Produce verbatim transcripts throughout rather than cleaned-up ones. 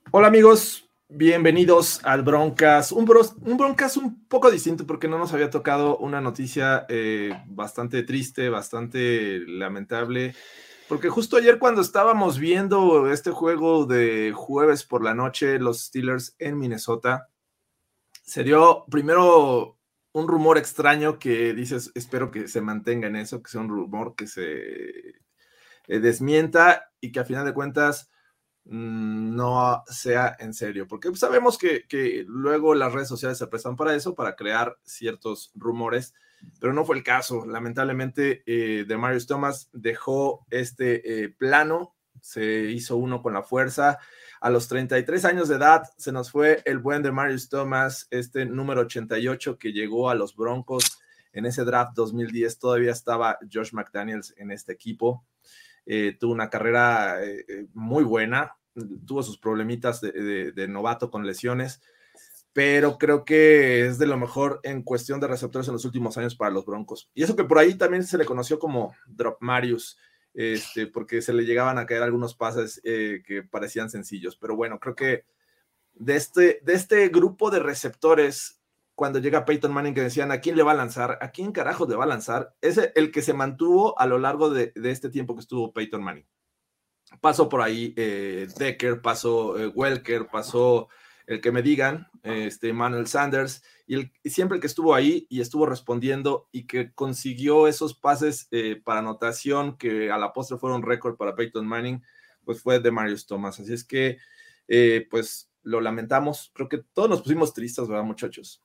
Hola amigos, bienvenidos al Broncast, un, bros, un Broncast un poco distinto porque no nos había tocado una noticia eh, bastante triste, bastante lamentable, porque justo ayer cuando estábamos viendo este juego de jueves por la noche, los Steelers en Minnesota, se dio primero un rumor extraño que dices, espero que se mantenga en eso, que sea un rumor que se eh, desmienta y que a final de cuentas no sea en serio, porque sabemos que, que luego las redes sociales se prestan para eso, para crear ciertos rumores, pero no fue el caso. Lamentablemente, eh, Demaryius Thomas dejó este eh, plano, se hizo uno con la fuerza. A los treinta y tres años de edad se nos fue el buen Demaryius Thomas, este número ochenta y ocho que llegó a los Broncos en ese draft dos mil diez. Todavía estaba Josh McDaniels en este equipo. Eh, tuvo una carrera eh, muy buena, tuvo sus problemitas de, de, de novato con lesiones, pero creo que es de lo mejor en cuestión de receptores en los últimos años para los Broncos. Y eso que por ahí también se le conoció como Drop Marius, este, porque se le llegaban a caer algunos pases eh, que parecían sencillos. Pero bueno, creo que de este, de este grupo de receptores, cuando llega Peyton Manning, que decían, ¿a quién le va a lanzar? ¿A quién carajos le va a lanzar? Es el que se mantuvo a lo largo de, de este tiempo que estuvo Peyton Manning. Pasó por ahí eh, Decker, pasó eh, Welker, pasó el que me digan, este, Manuel Sanders, y, el, y siempre el que estuvo ahí y estuvo respondiendo y que consiguió esos pases eh, para anotación que a la postre fueron récord para Peyton Manning, pues fue Demaryius Thomas. Así es que, eh, pues, lo lamentamos. Creo que todos nos pusimos tristes, ¿verdad, muchachos?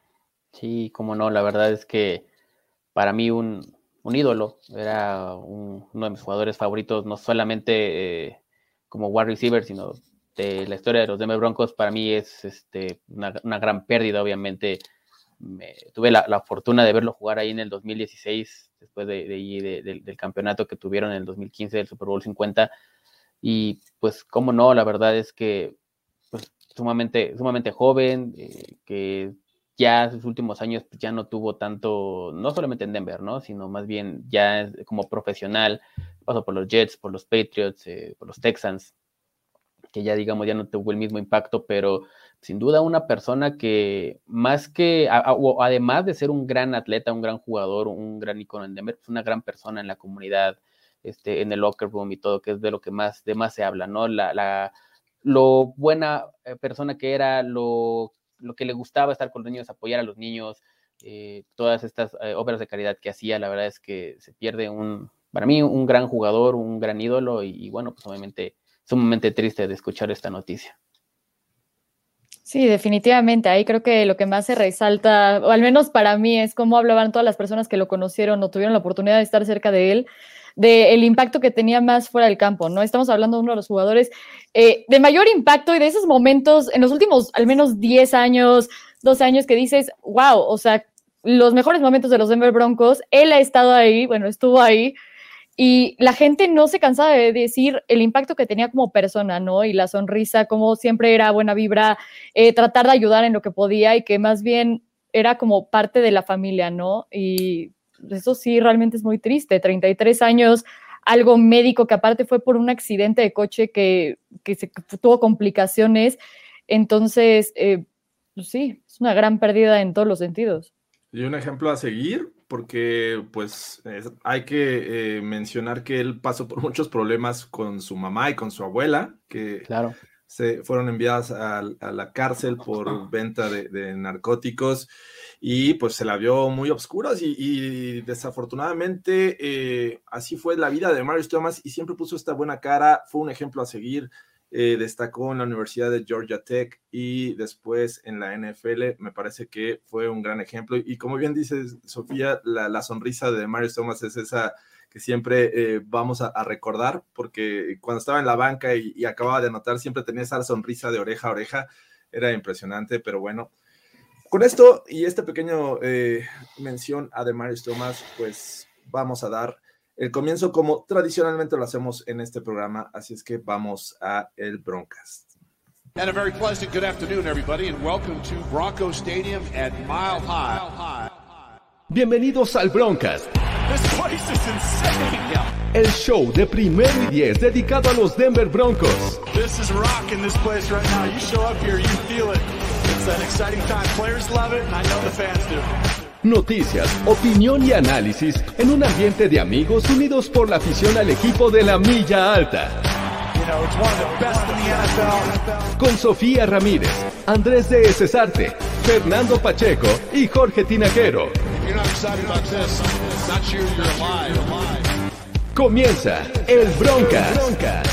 Sí, cómo no, la verdad es que para mí un, un ídolo, era un, uno de mis jugadores favoritos, no solamente eh, como wide receiver, sino de la historia de los Denver Broncos. Para mí es este, una, una gran pérdida, obviamente. Me, tuve la, la fortuna de verlo jugar ahí en el dos mil dieciséis, después de, de, de, de, del campeonato que tuvieron en el dos mil quince, del Super Bowl cincuenta, y pues cómo no, la verdad es que pues, sumamente, sumamente joven, eh, que ya en sus últimos años ya no tuvo tanto, no solamente en Denver, ¿no? Sino más bien ya como profesional, pasó por los Jets, por los Patriots, eh, por los Texans, que ya digamos ya no tuvo el mismo impacto, pero sin duda una persona que más que, a, a, además de ser un gran atleta, un gran jugador, un gran icono en Denver, pues una gran persona en la comunidad, este, en el locker room y todo, que es de lo que más, de más se habla, ¿no? La, la, lo buena persona que era, lo lo que le gustaba estar con los niños, apoyar a los niños, eh, todas estas eh, obras de caridad que hacía. La verdad es que se pierde un, para mí, un gran jugador, un gran ídolo, y, y bueno, pues obviamente sumamente triste de escuchar esta noticia. Sí, definitivamente. Ahí creo que lo que más se resalta, o al menos para mí, es cómo hablaban todas las personas que lo conocieron o tuvieron la oportunidad de estar cerca de él, del impacto que tenía más fuera del campo, ¿no? Estamos hablando de uno de los jugadores eh, de mayor impacto y de esos momentos en los últimos al menos diez años, doce años que dices, wow, o sea, los mejores momentos de los Denver Broncos, él ha estado ahí, bueno, estuvo ahí, y la gente no se cansaba de decir el impacto que tenía como persona, ¿no? Y la sonrisa, como siempre era buena vibra, eh, tratar de ayudar en lo que podía y que más bien era como parte de la familia, ¿no? Y eso sí, realmente es muy triste. treinta y tres años, algo médico que aparte fue por un accidente de coche que, que, se, que tuvo complicaciones. Entonces, eh, pues sí, es una gran pérdida en todos los sentidos. Y un ejemplo a seguir, porque pues es, hay que eh, mencionar que él pasó por muchos problemas con su mamá y con su abuela, que claro. se fueron enviadas a, a la cárcel por venta de, de narcóticos, y pues se la vio muy obscuras y, y desafortunadamente eh, así fue la vida de Demaryius Thomas, y siempre puso esta buena cara, fue un ejemplo a seguir. Eh, destacó en la Universidad de Georgia Tech y después en la N F L. Me parece que fue un gran ejemplo, y como bien dice Sofía, la, la sonrisa de Demaryius Thomas es esa que siempre eh, vamos a, a recordar, porque cuando estaba en la banca y, y acababa de anotar, siempre tenía esa sonrisa de oreja a oreja, era impresionante. Pero bueno, con esto y este pequeño eh, mención a Demaryius Thomas, pues vamos a dar el comienzo como tradicionalmente lo hacemos en este programa, así es que vamos a el Broncast. And a very pleasant good afternoon, everybody, and welcome to Bronco Stadium at Mile High. Bienvenidos al Broncast. This place is insane. Yeah. el show de Primero y Diez dedicado a los Denver Broncos. This is rock in this place right now. You show up here, you feel it. It's an exciting time. Players love it, and I know the fans do. Noticias, opinión y análisis en un ambiente de amigos unidos por la afición al equipo de la Milla Alta. You know, it's one of the best in the N F L. Con Sofía Ramírez, Andrés de Cesarte, Fernando Pacheco y Jorge Tinajero. You're not excited about this. It's not you, you're alive. Comienza el Broncas.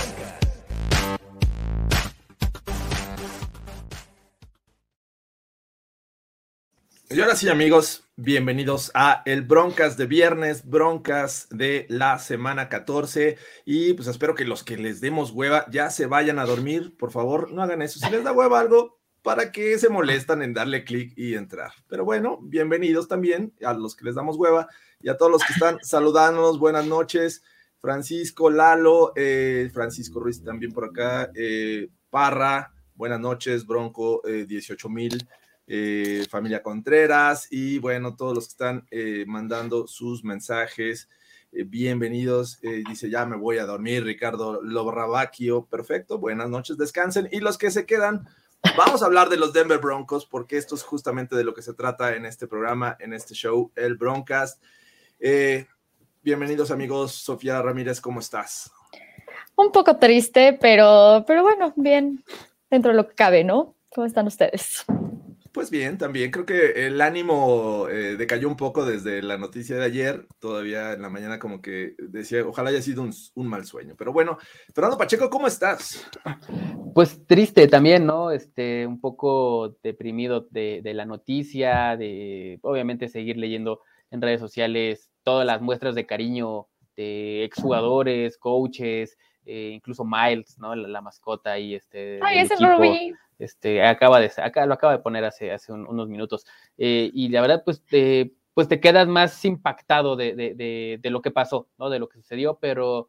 Y ahora sí, amigos, bienvenidos a el Broncas de viernes, Broncas de la semana catorce, y pues espero que los que les demos hueva ya se vayan a dormir, por favor, no hagan eso. Si les da hueva algo, ¿para qué se molestan en darle clic y entrar? Pero bueno, bienvenidos también a los que les damos hueva y a todos los que están saludándonos, buenas noches, Francisco, Lalo, eh, Francisco Ruiz también por acá, eh, Parra, buenas noches, Bronco, eh, dieciocho mil, Eh, familia Contreras y bueno, todos los que están eh, mandando sus mensajes, eh, bienvenidos, eh, dice ya me voy a dormir, Ricardo Lobrabacchio, perfecto, buenas noches, descansen, y los que se quedan, vamos a hablar de los Denver Broncos, porque esto es justamente de lo que se trata en este programa, en este show, el Broncast. Eh, bienvenidos amigos, Sofía Ramírez, ¿cómo estás? Un poco triste, pero, pero bueno, bien, dentro de lo que cabe, ¿no? ¿Cómo están ustedes? Pues bien, también creo que el ánimo eh, decayó un poco desde la noticia de ayer, todavía en la mañana como que decía, ojalá haya sido un, un mal sueño, pero bueno, Fernando Pacheco, ¿cómo estás? Pues triste también, ¿no? Este, un poco deprimido de, de la noticia, de obviamente seguir leyendo en redes sociales todas las muestras de cariño de exjugadores, coaches, eh, incluso Miles, ¿no? La, la mascota ahí, este, Ay, ese equipo. no lo vi. Este, acaba de, acá, lo acaba de poner hace, hace un, unos minutos, eh, y la verdad, pues, eh, pues te quedas más impactado de, de, de, de lo que pasó, ¿no? De lo que sucedió, pero,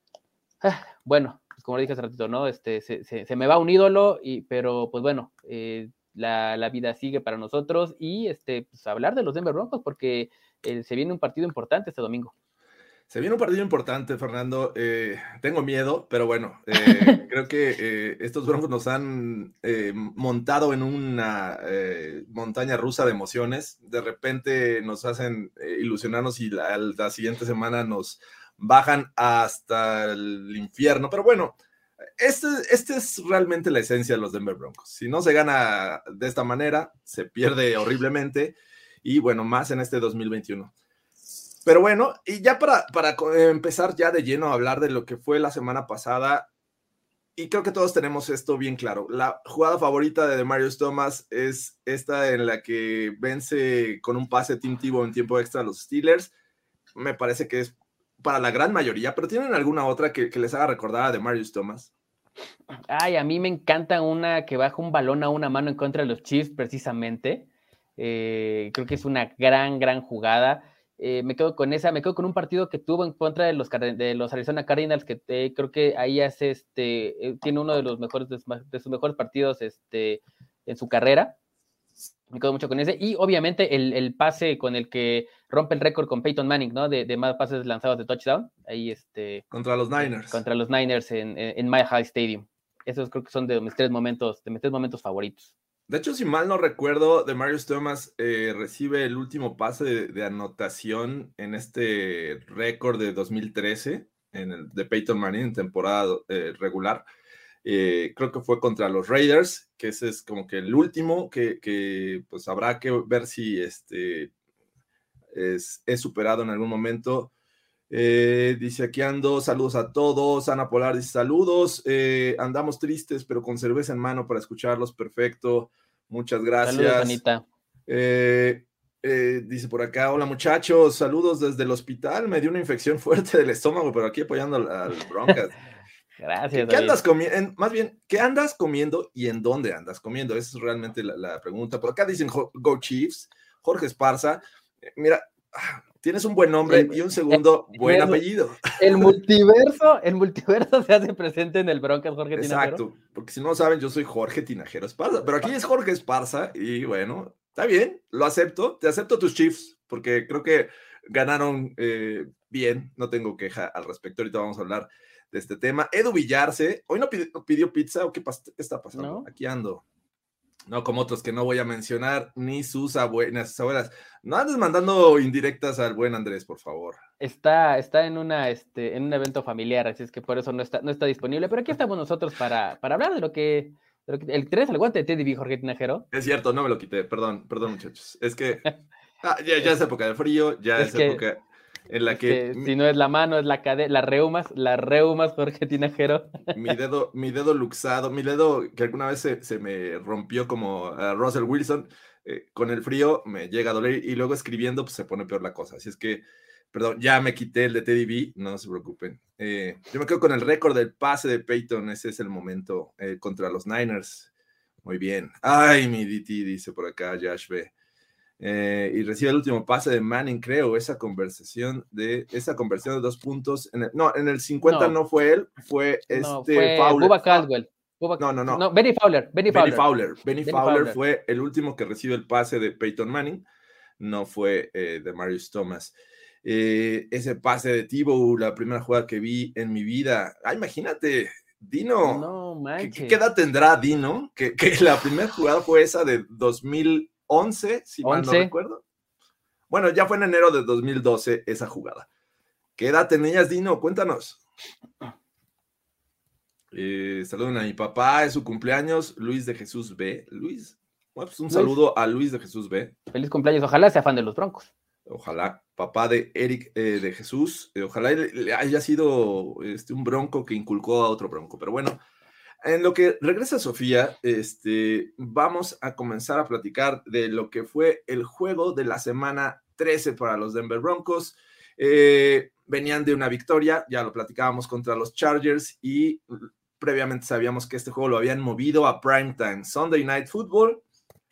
ah, bueno, pues como le dije hace ratito, ¿no? Este, se, se, se me va un ídolo, y, pero, pues bueno, eh, la, la vida sigue para nosotros, y, este, pues hablar de los Denver Broncos, porque eh, se viene un partido importante este domingo. Se viene un partido importante, Fernando. Eh, tengo miedo, pero bueno, eh, creo que eh, estos Broncos nos han eh, montado en una eh, montaña rusa de emociones. De repente nos hacen eh, ilusionarnos y la, la siguiente semana nos bajan hasta el infierno. Pero bueno, este, este es realmente la esencia de los Denver Broncos. Si no se gana de esta manera, se pierde horriblemente. Y bueno, más en este dos mil veintiuno. Pero bueno, y ya para, para empezar ya de lleno a hablar de lo que fue la semana pasada, y creo que todos tenemos esto bien claro, la jugada favorita de Demaryius Thomas es esta en la que vence con un pase Tim Tebow en tiempo extra a los Steelers. Me parece que es para la gran mayoría, pero ¿tienen alguna otra que, que les haga recordar a Demaryius Thomas? Ay, a mí me encanta una que baja un balón a una mano en contra de los Chiefs precisamente. Eh, creo que es una gran, gran jugada. Eh, me quedo con esa, me quedo con un partido que tuvo en contra de los, de los Arizona Cardinals, que eh, creo que ahí hace este, eh, tiene uno de los mejores, de, de sus mejores partidos este, en su carrera. Me quedo mucho con ese, y obviamente el, el pase con el que rompe el récord con Peyton Manning, ¿no? De, de más pases lanzados de touchdown, ahí este. Contra los Niners. Eh, contra los Niners en, en, en Mile High Stadium. Esos creo que son de mis tres momentos, de mis tres momentos favoritos. De hecho, si mal no recuerdo, Demaryius Thomas eh, recibe el último pase de, de anotación en este récord de dos mil trece, en el, de Peyton Manning en temporada eh, regular. Eh, creo que fue contra los Raiders, que ese es como que el último, que, que pues habrá que ver si este, es, es superado en algún momento. Eh, dice aquí ando, saludos a todos. Ana Polar dice saludos, eh, andamos tristes pero con cerveza en mano para escucharlos, perfecto, muchas gracias. Saludos, Anita. eh, eh, dice por acá, hola muchachos, saludos desde el hospital, me dio una infección fuerte del estómago, pero aquí apoyando al, al Broncas. Gracias. ¿Qué, ¿Qué andas comiendo? Más bien, ¿qué andas comiendo y en dónde andas comiendo? Esa es realmente la, la pregunta. Por acá dicen Go Chiefs, Jorge Esparza, mira, tienes un buen nombre el, y un segundo el, buen el, apellido. El multiverso, el multiverso se hace presente en el Broncas, Jorge Tinajero. Exacto, porque si no saben, yo soy Jorge Tinajero Esparza, pero aquí es Jorge Esparza y bueno, está bien, lo acepto, te acepto tus Chiefs, porque creo que ganaron eh, bien, no tengo queja al respecto. Ahorita vamos a hablar de este tema. Edu Villarse, hoy no pidió, pidió pizza, ¿o qué, pas- qué está pasando? ¿No? Aquí ando. No como otros que no voy a mencionar, ni sus abuelas, sus abuelas. No andes mandando indirectas al buen Andrés, por favor. Está, está en una, este, en un evento familiar, así es que por eso no está, no está disponible. Pero aquí estamos nosotros para, para hablar de lo que, de lo que el tres, el guante de Teddy B, Jorge Tinajero. Es cierto, no me lo quité, perdón, perdón, muchachos. Es que ah, ya, ya es época de frío, ya Es es, que- época en la Es que, que si no es la mano, es la cadera, las reumas, las reumas, Jorge Tinajero. mi dedo, mi dedo luxado, mi dedo que alguna vez se, se me rompió como uh, Russell Wilson, eh, con el frío me llega a doler y luego escribiendo pues se pone peor la cosa. Así es que, perdón, ya me quité el de Teddy B, no se preocupen. Eh, yo me quedo con el récord del pase de Peyton, ese es el momento eh, contra los Niners. Muy bien. Ay, mi D T, dice por acá Josh B. Eh, y recibe el último pase de Manning, creo, esa conversación de esa conversión de dos puntos. En el, no, en el cincuenta no, No. no fue él, fue este No, fue Fowler. Bubba Caldwell. Bubba- No, no, no. No, Benny Fowler. Benny Benny Fowler. Fowler. Benny, Benny Fowler, Fowler. fue el último que recibe el pase de Peyton Manning, no fue eh, de Marius Thomas. Eh, ese pase de Tebow, la primera jugada que vi en mi vida. Ah, imagínate, Dino. No ¿Qué, manches. qué edad tendrá Dino? Que, que la primera jugada fue esa de dos mil once, si mal no once. recuerdo. Bueno, ya fue en enero de dos mil doce esa jugada. ¿Qué edad tenías, Dino? Cuéntanos. Eh, saluden a mi papá, es su cumpleaños, Luis de Jesús B. Luis, bueno, pues un Luis. saludo a Luis de Jesús B. Feliz cumpleaños. Ojalá sea fan de los Broncos. Ojalá, papá de Eric eh, de Jesús, eh, ojalá le, le haya sido este, un bronco que inculcó a otro bronco. Pero bueno, en lo que regresa Sofía, este, vamos a comenzar a platicar de lo que fue el juego de la semana trece para los Denver Broncos. Eh, venían de una victoria, ya lo platicábamos contra los Chargers y previamente sabíamos que este juego lo habían movido a primetime, Sunday Night Football.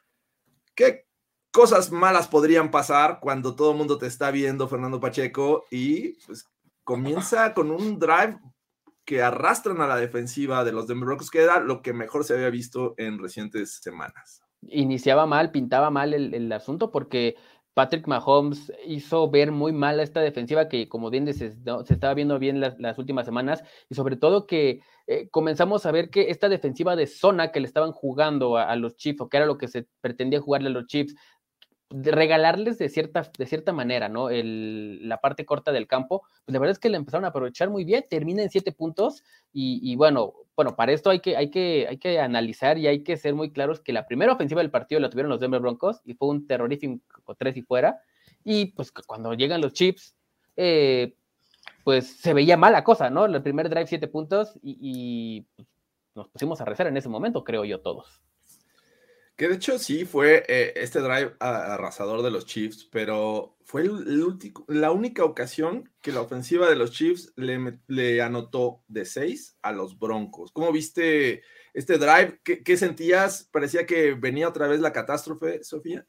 ¿Qué cosas malas podrían pasar cuando todo el mundo te está viendo, Fernando Pacheco? Y pues comienza con un drive que arrastran a la defensiva de los Denver Broncos, que era lo que mejor se había visto en recientes semanas. Iniciaba mal, pintaba mal el, el asunto porque Patrick Mahomes hizo ver muy mal a esta defensiva que, como bien dices, no, se estaba viendo bien las, las últimas semanas, y sobre todo que eh, comenzamos a ver que esta defensiva de zona que le estaban jugando a, a los Chiefs, o que era lo que se pretendía jugarle a los Chiefs, de regalarles de cierta, de cierta manera, ¿no? El, la parte corta del campo, pues la verdad es que la empezaron a aprovechar muy bien, termina en siete puntos, y, y bueno, bueno, para esto hay que, hay, que, hay que analizar y hay que ser muy claros que la primera ofensiva del partido la tuvieron los Denver Broncos, y fue un terrorífico tres y fuera, y pues cuando llegan los Chiefs, eh, pues se veía mal la cosa, ¿no? El primer drive, siete puntos, y, y pues, nos pusimos a rezar en ese momento, creo yo, todos. Que de hecho sí fue eh, este drive arrasador de los Chiefs, pero fue el, el último, la única ocasión que la ofensiva de los Chiefs le, le anotó de seis a los Broncos. ¿Cómo viste este drive? ¿Qué, qué sentías? ¿Parecía que venía otra vez la catástrofe, Sofía?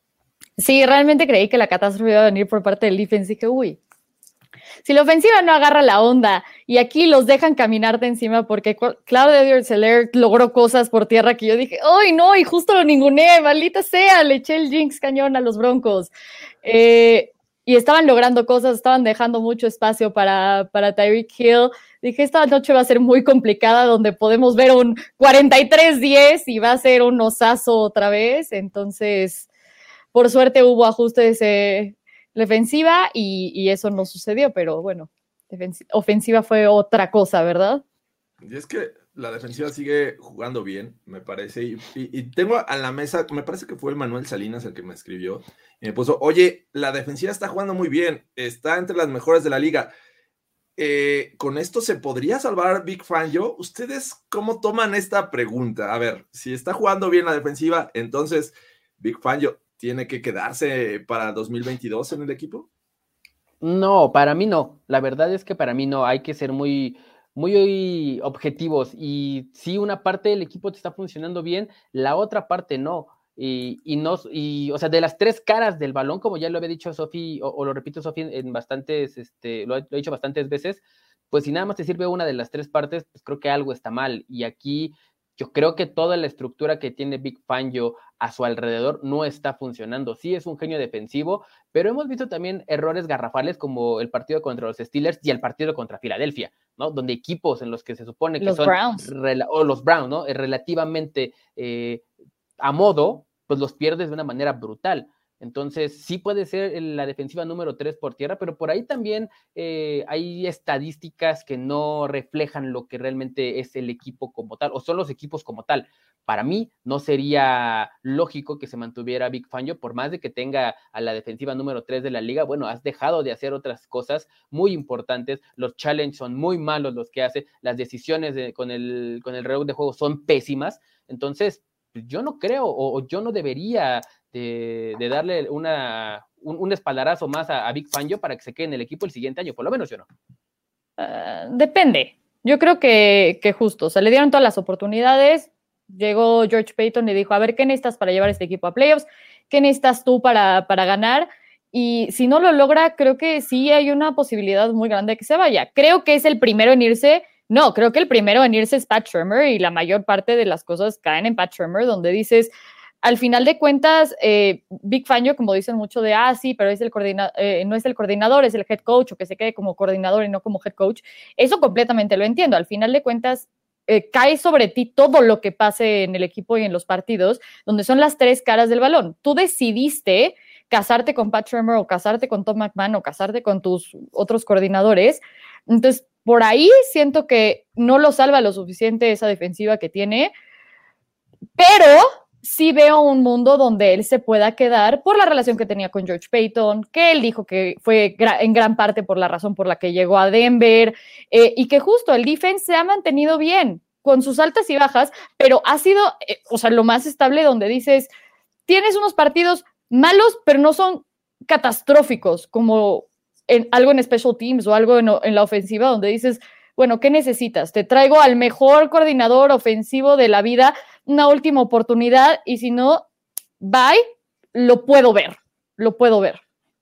Sí, realmente creí que la catástrofe iba a venir por parte del defense. Dije, uy, si la ofensiva no agarra la onda y aquí los dejan caminar de encima, porque Clyde Edwards-Helaire logró cosas por tierra que yo dije, ¡ay, no! Y justo lo ninguneé, maldita sea, le eché el jinx cañón a los Broncos. Eh, y estaban logrando cosas, estaban dejando mucho espacio para, para Tyreek Hill. Dije, esta noche va a ser muy complicada, donde podemos ver un cuarenta y tres diez y va a ser un osazo otra vez. Entonces, por suerte hubo ajustes eh, defensiva y, y eso no sucedió, pero bueno, ofensiva fue otra cosa, ¿verdad? Y es que la defensiva sigue jugando bien, me parece, y, y, y tengo a la mesa, me parece que fue el Manuel Salinas el que me escribió, y me puso, oye, la defensiva está jugando muy bien, está entre las mejores de la liga, eh, ¿con esto se podría salvar Vic Fangio? ¿Ustedes cómo toman esta pregunta? A ver, si está jugando bien la defensiva, entonces Vic Fangio tiene que quedarse para dos mil veintidós en el equipo. No, para mí no, la verdad es que para mí no, hay que ser muy... muy objetivos, y si una parte del equipo te está funcionando bien, la otra parte no, y, y no, y, o sea, de las tres caras del balón, como ya lo había dicho Sofi, o, o lo repito Sofi en, en bastantes, este, lo, lo he dicho bastantes veces, pues si nada más te sirve una de las tres partes, pues creo que algo está mal, y aquí Yo creo que toda la estructura que tiene Vic Fangio a su alrededor no está funcionando. Sí es un genio defensivo, pero hemos visto también errores garrafales como el partido contra los Steelers y el partido contra Filadelfia, ¿no? Donde equipos en los que se supone que los son... Browns. Rela- o los Browns, ¿no? Relativamente eh, a modo, pues los pierdes de una manera brutal. Entonces, sí puede ser la defensiva número tres por tierra, pero por ahí también eh, hay estadísticas que no reflejan lo que realmente es el equipo como tal, o son los equipos como tal. Para mí, no sería lógico que se mantuviera Vic Fangio, por más de que tenga a la defensiva número tres de la liga. Bueno, has dejado de hacer otras cosas muy importantes, los challenges son muy malos los que hace, las decisiones de, con, el, con el reloj de juego son pésimas. Entonces, yo no creo, o, o yo no debería de, de darle una, un, un espaldarazo más a, a Vic Fangio para que se quede en el equipo el siguiente año, por lo menos yo no. Uh, depende. Yo creo que, que justo, o sea, le dieron todas las oportunidades, llegó George Payton y dijo, a ver, ¿qué necesitas para llevar este equipo a playoffs? ¿Qué necesitas tú para, para ganar? Y si no lo logra, creo que sí hay una posibilidad muy grande de que se vaya. Creo que es el primero en irse. No, creo que el primero en irse es Pat Shurmur y la mayor parte de las cosas caen en Pat Shurmur, donde dices, al final de cuentas, eh, Vic Fangio, como dicen mucho de, ah, sí, pero es el coordina- eh, no es el coordinador, es el head coach, o que se quede como coordinador y no como head coach. Eso completamente lo entiendo. Al final de cuentas, eh, cae sobre ti todo lo que pase en el equipo y en los partidos, donde son las tres caras del balón. Tú decidiste casarte con Pat Shurmur o casarte con Tom McMahon o casarte con tus otros coordinadores. Entonces, por ahí siento que no lo salva lo suficiente esa defensiva que tiene, pero sí veo un mundo donde él se pueda quedar por la relación que tenía con George Payton, que él dijo que fue gra- en gran parte por la razón por la que llegó a Denver, eh, y que justo el defense se ha mantenido bien, con sus altas y bajas, pero ha sido, eh, o sea, lo más estable donde dices, tienes unos partidos malos, pero no son catastróficos, como en, algo en special teams o algo en, en la ofensiva, donde dices, bueno, ¿qué necesitas? Te traigo al mejor coordinador ofensivo de la vida, una última oportunidad, y si no, bye, lo puedo ver, lo puedo ver.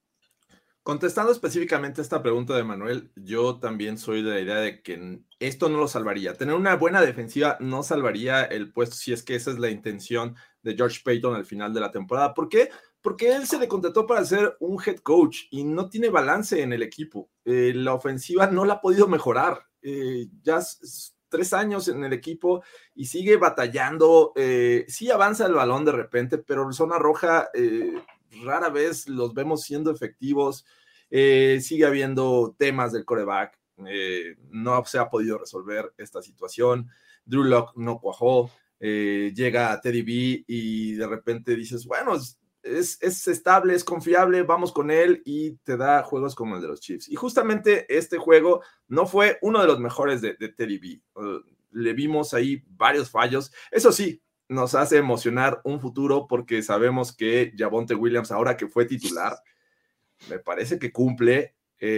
Contestando específicamente esta pregunta de Manuel, yo también soy de la idea de que esto no lo salvaría. Tener una buena defensiva no salvaría el puesto si es que esa es la intención de George Payton al final de la temporada. ¿Por qué? Porque él se le contrató para ser un head coach y no tiene balance en el equipo. Eh, la ofensiva no la ha podido mejorar. Eh, ya es tres años en el equipo y sigue batallando. Eh, sí avanza el balón de repente, pero zona roja eh, rara vez los vemos siendo efectivos. Eh, sigue habiendo temas del quarterback. Eh, no se ha podido resolver esta situación. Drew Lock no cuajó. Eh, llega Teddy B y de repente dices, bueno, es, es estable, es confiable, vamos con él, y te da juegos como el de los Chiefs. Y justamente este juego no fue uno de los mejores de, de Teddy B. Uh, le vimos ahí varios fallos. Eso sí, nos hace emocionar un futuro porque sabemos que Javonte Williams, ahora que fue titular, me parece que cumple,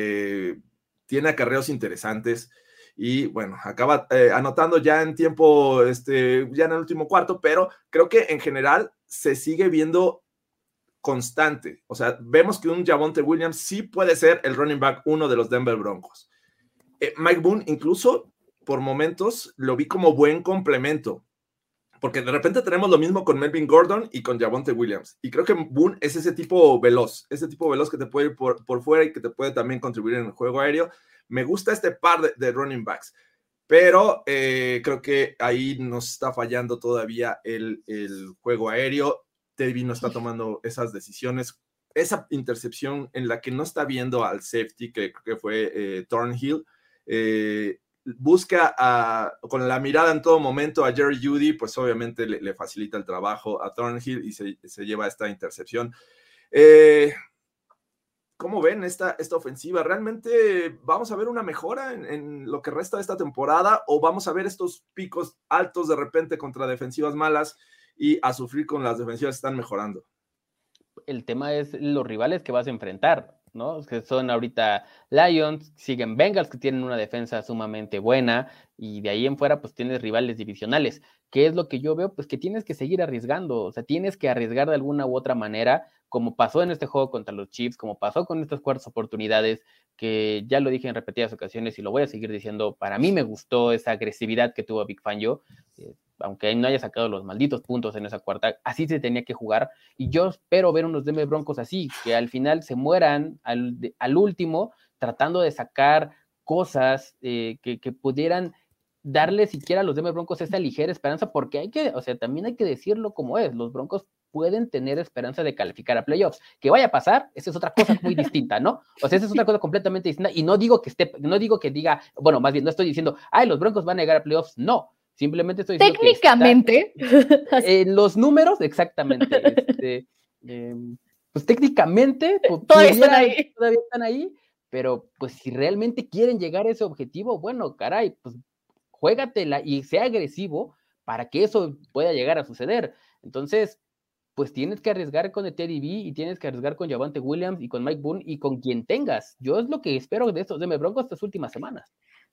eh, tiene acarreos interesantes y bueno, acaba eh, anotando ya en tiempo, este, ya en el último cuarto, pero creo que en general se sigue viendo constante. O sea, vemos que un Javonte Williams sí puede ser el running back uno de los Denver Broncos. Eh, Mike Boone incluso por momentos lo vi como buen complemento, porque de repente tenemos lo mismo con Melvin Gordon y con Javonte Williams, y creo que Boone es ese tipo veloz, ese tipo veloz que te puede ir por, por fuera y que te puede también contribuir en el juego aéreo. Me gusta este par de, de running backs, pero eh, creo que ahí nos está fallando todavía el, el juego aéreo. Teddy no está tomando esas decisiones, esa intercepción en la que no está viendo al safety, que creo que fue eh, Thornhill, eh, busca a, con la mirada en todo momento a Jerry Jeudy, pues obviamente le, le facilita el trabajo a Thornhill y se, se lleva esta intercepción. Eh, ¿Cómo ven esta, esta ofensiva? ¿Realmente vamos a ver una mejora en, en lo que resta de esta temporada, o vamos a ver estos picos altos de repente contra defensivas malas y a sufrir con las defensivas que están mejorando? El tema es los rivales que vas a enfrentar, ¿no? Que son ahorita Lions, siguen Bengals, que tienen una defensa sumamente buena, y de ahí en fuera pues tienes rivales divisionales. ¿Qué es lo que yo veo? Pues que tienes que seguir arriesgando, o sea, tienes que arriesgar de alguna u otra manera, como pasó en este juego contra los Chiefs, como pasó con estas cuartas oportunidades, que ya lo dije en repetidas ocasiones y lo voy a seguir diciendo. Para mí me gustó esa agresividad que tuvo Vic Fangio. Eh, aunque no haya sacado los malditos puntos en esa cuarta, así se tenía que jugar, y yo espero ver unos Denver Broncos así, que al final se mueran al, al último, tratando de sacar cosas eh, que, que pudieran darle siquiera a los Denver Broncos esa ligera esperanza, porque hay que, o sea, también hay que decirlo como es, los Broncos pueden tener esperanza de calificar a playoffs. Que vaya a pasar, esa es otra cosa muy distinta, ¿no? O sea, esa es otra cosa completamente distinta, y no digo que esté, no digo que diga, bueno, más bien, no estoy diciendo, ay, los Broncos van a llegar a playoffs, no, simplemente estoy diciendo técnicamente, que está, en los números, exactamente, este, eh, pues técnicamente, pues, todavía, están ahí. todavía están ahí, pero pues si realmente quieren llegar a ese objetivo, bueno, caray, pues juégatela y sea agresivo para que eso pueda llegar a suceder. Entonces, pues tienes que arriesgar con el Teddy B y tienes que arriesgar con Javonte Williams y con Mike Boone y con quien tengas. Yo es lo que espero de estos Denver Broncos estas últimas semanas.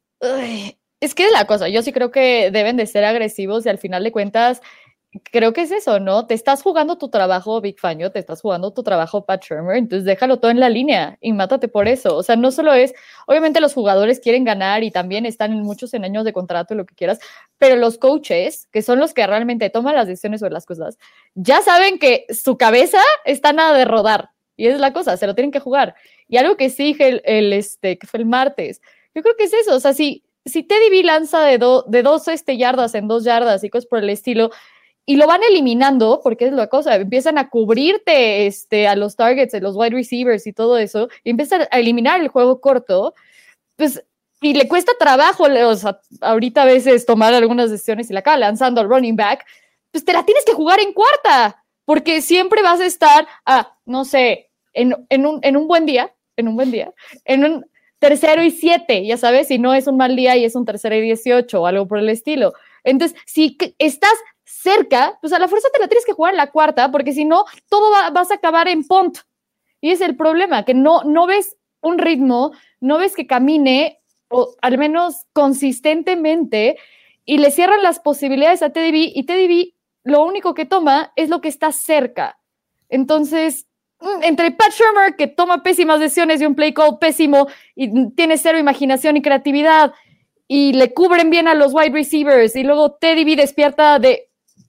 Uy, es que es la cosa, yo sí creo que deben de ser agresivos y al final de cuentas creo que es eso, ¿no? Te estás jugando tu trabajo, Big Fangio, te estás jugando tu trabajo, Pat Shurmur, entonces déjalo todo en la línea y mátate por eso. O sea, no solo es, obviamente los jugadores quieren ganar y también están en muchos en años de contrato y lo que quieras, pero los coaches, que son los que realmente toman las decisiones sobre las cosas, ya saben que su cabeza está nada de rodar y es la cosa, se lo tienen que jugar. Y algo que sí dije el, el, este, que fue el martes, yo creo que es eso, o sea, si, si Teddy B lanza de, do, de dos este, yardas en dos yardas y cosas por el estilo, y lo van eliminando, porque es la cosa, empiezan a cubrirte este, a los targets, a los wide receivers y todo eso, y empiezan a eliminar el juego corto, pues, y le cuesta trabajo, o sea, ahorita a veces tomar algunas decisiones y la acaba lanzando al running back, pues te la tienes que jugar en cuarta, porque siempre vas a estar, ah, no sé, en, en, un, en un buen día, en un buen día, en un tercero y siete, ya sabes, si no es un mal día y es un tercero y dieciocho o algo por el estilo. Entonces, si estás cerca, pues a la fuerza te la tienes que jugar en la cuarta, porque si no, todo va, vas a acabar en punt. Y es el problema, que no, no ves un ritmo, no ves que camine, o al menos consistentemente, y le cierran las posibilidades a Teddy B, y Teddy B lo único que toma es lo que está cerca. Entonces, entre Pat Shurmur, que toma pésimas decisiones y un play call pésimo, y tiene cero imaginación y creatividad, y le cubren bien a los wide receivers, y luego Teddy B despierta de,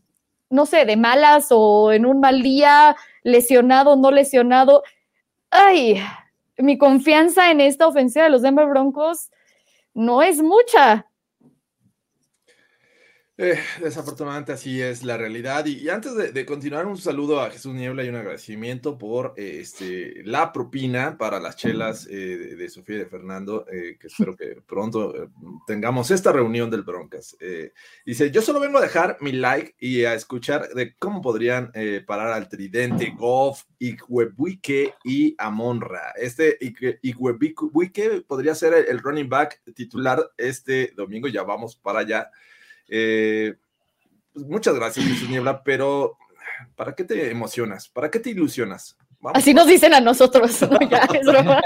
no sé, de malas o en un mal día, lesionado, no lesionado. Ay, mi confianza en esta ofensiva de los Denver Broncos no es mucha. Eh, desafortunadamente así es la realidad. Y, y antes de, de continuar, un saludo a Jesús Niebla y un agradecimiento por eh, este, la propina para las chelas eh, de, de Sofía y de Fernando, eh, que espero que pronto eh, tengamos esta reunión del Broncas. Eh, dice, yo solo vengo a dejar mi like y a escuchar de cómo podrían eh, parar al tridente Goff, Igwebuike y Amon-Ra. Este Igwebuike podría ser el, el running back titular este domingo, ya vamos para allá. Eh, pues muchas gracias, Jesús Niebla, pero ¿para qué te emocionas? ¿Para qué te ilusionas? Vamos, así nos dicen a nosotros, ¿no? Ya, es broma.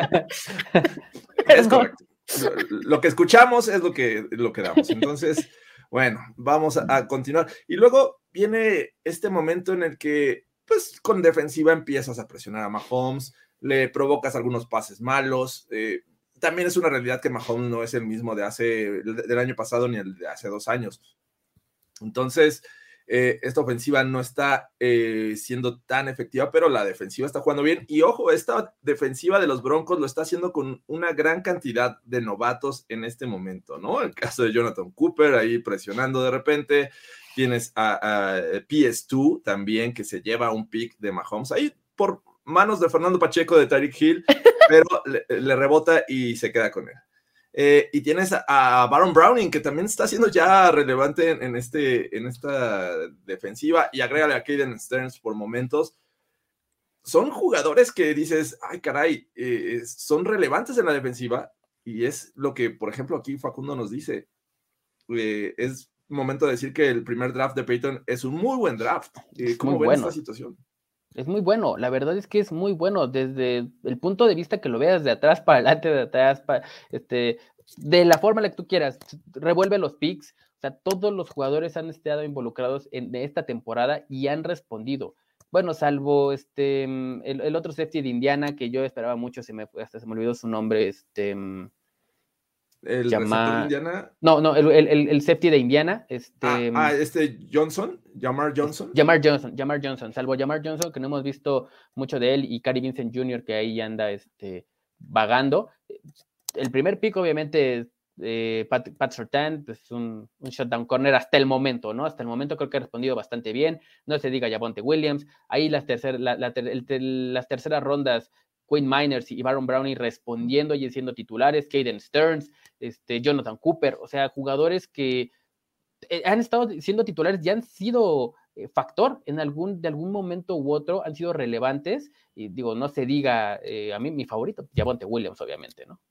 Es correcto. Lo que escuchamos es lo que, lo que damos. Entonces, bueno, vamos a, a continuar. Y luego viene este momento en el que, pues, con defensiva empiezas a presionar a Mahomes, le provocas algunos pases malos, eh, también es una realidad que Mahomes no es el mismo de hace, del año pasado ni el de hace dos años. Entonces, eh, esta ofensiva no está eh, siendo tan efectiva, pero la defensiva está jugando bien. Y ojo, esta defensiva de los Broncos lo está haciendo con una gran cantidad de novatos en este momento, ¿no? El caso de Jonathan Cooper ahí presionando de repente. Tienes a, a P S dos también, que se lleva un pick de Mahomes ahí por manos de Fernando Pacheco, de Tyreek Hill, pero le, le rebota y se queda con él. Eh, y tienes a, a Baron Browning, que también está siendo ya relevante en, en, este, en esta defensiva, y agrégale a Caden Stearns por momentos. Son jugadores que dices, ay caray, eh, son relevantes en la defensiva, y es lo que, por ejemplo, aquí Facundo nos dice, eh, es momento de decir que el primer draft de Peyton es un muy buen draft. Eh, ¿Cómo ven bueno. esta situación? Es muy bueno, la verdad es que es muy bueno desde el punto de vista que lo veas de atrás para adelante, de atrás para, este, de la forma en la que tú quieras, revuelve los picks, o sea, todos los jugadores han estado involucrados en esta temporada y han respondido. Bueno, salvo este, el, el otro safety de Indiana, que yo esperaba mucho, se me, hasta se me olvidó su nombre, este, El Llama... receptor de Indiana. No, no, el, el, el safety de Indiana. Este, ah, ah, este Johnson, Jamar Johnson. Jamar Johnson, Jamar Johnson, salvo Jamar Johnson, que no hemos visto mucho de él, y Cary Vincent junior, que ahí anda este, vagando. El primer pick, obviamente, eh, Pat, Pat Surtain, pues un, un shutdown corner hasta el momento, ¿no? Hasta el momento creo que ha respondido bastante bien. No se diga Javonte Williams. Ahí las, tercer, la, la, el, el, las terceras rondas, Quinn Miners y Baron Browning respondiendo y siendo titulares, Caden Stearns, este, Jonathan Cooper, o sea, jugadores que eh, han estado siendo titulares y han sido eh, factor en algún, de algún momento u otro, han sido relevantes, y digo, no se diga, eh, a mí mi favorito, Javonte Williams, obviamente, ¿no?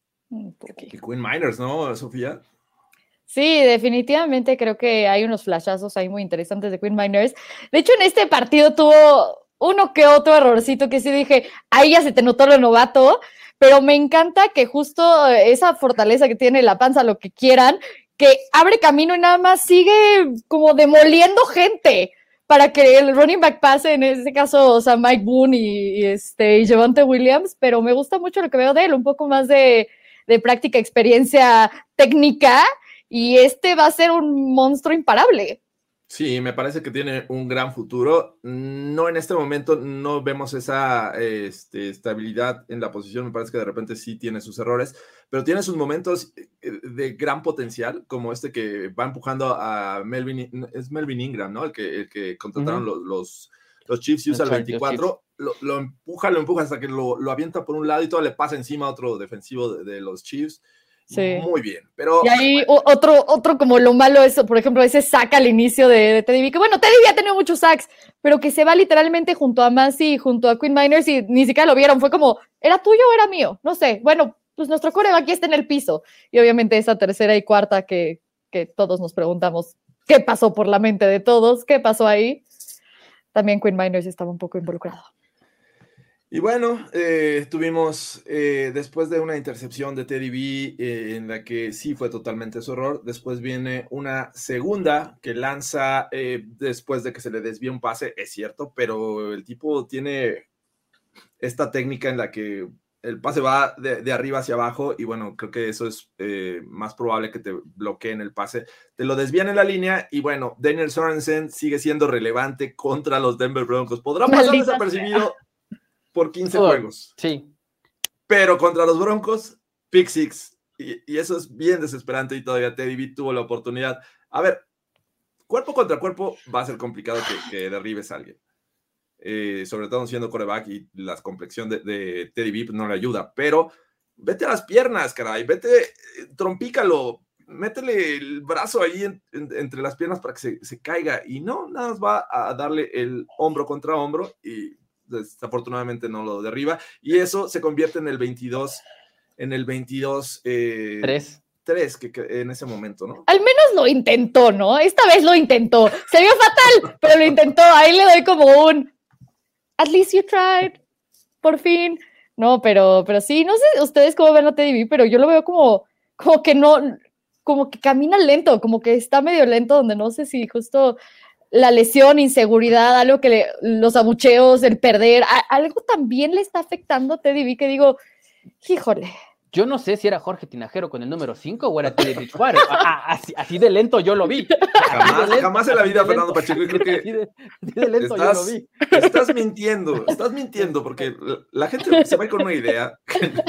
Y Quinn Miners, ¿no, Sofía? Sí, definitivamente creo que hay unos flashazos ahí muy interesantes de Quinn Miners. De hecho, en este partido tuvo uno que otro errorcito que sí dije, ahí ya se te notó lo novato, pero me encanta que justo esa fortaleza que tiene la panza, lo que quieran, que abre camino y nada más sigue como demoliendo gente para que el running back pase, en este caso, o sea, Mike Boone y, y, este, y Javonte Williams, pero me gusta mucho lo que veo de él, un poco más de, de práctica, experiencia técnica, y este va a ser un monstruo imparable. Sí, me parece que tiene un gran futuro. No, en este momento no vemos esa este, estabilidad en la posición. Me parece que de repente sí tiene sus errores, pero tiene sus momentos de gran potencial, como este que va empujando a Melvin, es Melvin Ingram, ¿no? El que, el que contrataron uh-huh. los, los, los Chiefs y usa el veinticuatro, lo, lo empuja, lo empuja hasta que lo, lo avienta por un lado y todo le pasa encima a otro defensivo de, de los Chiefs. Sí. Muy bien, pero... Y ahí bueno. otro, otro como lo malo es, por ejemplo, ese sack al inicio de, de Teddy B, que bueno, Teddy B ha tenido muchos sacks, pero que se va literalmente junto a Massey y junto a Quinn Miners y ni siquiera lo vieron, fue como, ¿era tuyo o era mío? No sé, bueno, pues nuestro coreback aquí está en el piso. Y obviamente esa tercera y cuarta que, que todos nos preguntamos, ¿qué pasó por la mente de todos? ¿Qué pasó ahí? También Quinn Miners estaba un poco involucrado. Y bueno, eh, tuvimos, eh, después de una intercepción de Teddy B, eh, en la que sí fue totalmente su error, después viene una segunda que lanza eh, después de que se le desvía un pase, es cierto, pero el tipo tiene esta técnica en la que el pase va de, de arriba hacia abajo y bueno, creo que eso es eh, más probable que te bloqueen el pase. Te lo desvían en la línea y bueno, Daniel Sorensen sigue siendo relevante contra los Denver Broncos. Podrá pasar desapercibido por quince oh, juegos. Sí. Pero contra los Broncos, pick six. Y, y eso es bien desesperante y todavía Teddy B tuvo la oportunidad. A ver, cuerpo contra cuerpo va a ser complicado que, que derribes a alguien. Eh, sobre todo siendo quarterback y la complexión de, de Teddy B no le ayuda. Pero vete a las piernas, caray. Vete, trompícalo. Métele el brazo ahí en, en, entre las piernas para que se, se caiga. Y no, nada más va a darle el hombro contra hombro y desafortunadamente no lo derriba, y eso se convierte en el veintidós, en el veintidós eh, tres. tres que, que en ese momento, ¿no? Al menos lo intentó, ¿no? Esta vez lo intentó. Se vio fatal, pero lo intentó. Ahí le doy como un at least you tried. Por fin. No, pero, pero sí, no sé ustedes cómo ven a Teddy B, pero yo lo veo como, como que no, como que camina lento, como que está medio lento, donde no sé si justo la lesión, inseguridad, algo que le, los abucheos, el perder, a, algo también le está afectando a Teddy B, que digo, híjole. Yo no sé si era Jorge Tinajero con el número cinco o era Teddy Bridgewater. así, así de lento yo lo vi. Jamás, lento, jamás en la vida, Fernando Pacheco, y creo que así de, así de lento estás, yo lo vi. Estás mintiendo, estás mintiendo, porque la gente se va con una idea.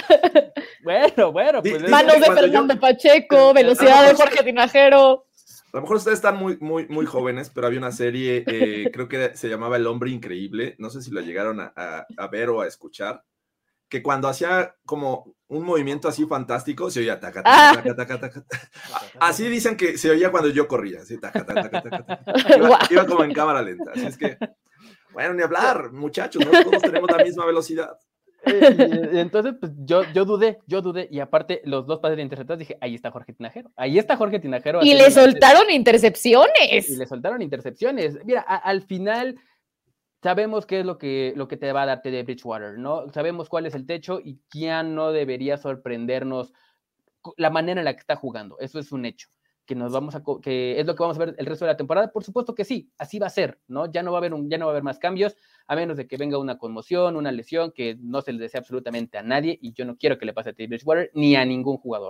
Bueno, bueno. Pues manos de Fernando yo, Pacheco, velocidad de Jorge Tinajero. A lo mejor ustedes están muy, muy, muy jóvenes, pero había una serie, eh, creo que se llamaba El Hombre Increíble, no sé si la llegaron a, a, a ver o a escuchar, que cuando hacía como un movimiento así fantástico, se oía taca, taca, taca, taca, taca, taca. Así dicen que se oía cuando yo corría, así taca, taca, taca, taca, taca. Iba, iba como en cámara lenta, así es que, bueno, ni hablar, muchachos, no todos tenemos la misma velocidad. Eh, y, entonces, pues yo, yo dudé, yo dudé, y aparte los dos pases de interceptados dije, ahí está Jorge Tinajero, ahí está Jorge Tinajero. Y le soltaron la... intercepciones. Y le soltaron intercepciones. Mira, a, al final sabemos qué es lo que, lo que te va a darte de Bridgewater, ¿no? Sabemos cuál es el techo y quién no debería sorprendernos la manera en la que está jugando. Eso es un hecho. Que nos vamos a, que es lo que vamos a ver el resto de la temporada, por supuesto que sí, así va a ser, ¿no? Ya no va a haber un, ya no va a haber más cambios, a menos de que venga una conmoción, una lesión, que no se le desea absolutamente a nadie, y yo no quiero que le pase a Teddy Bridgewater ni a ningún jugador.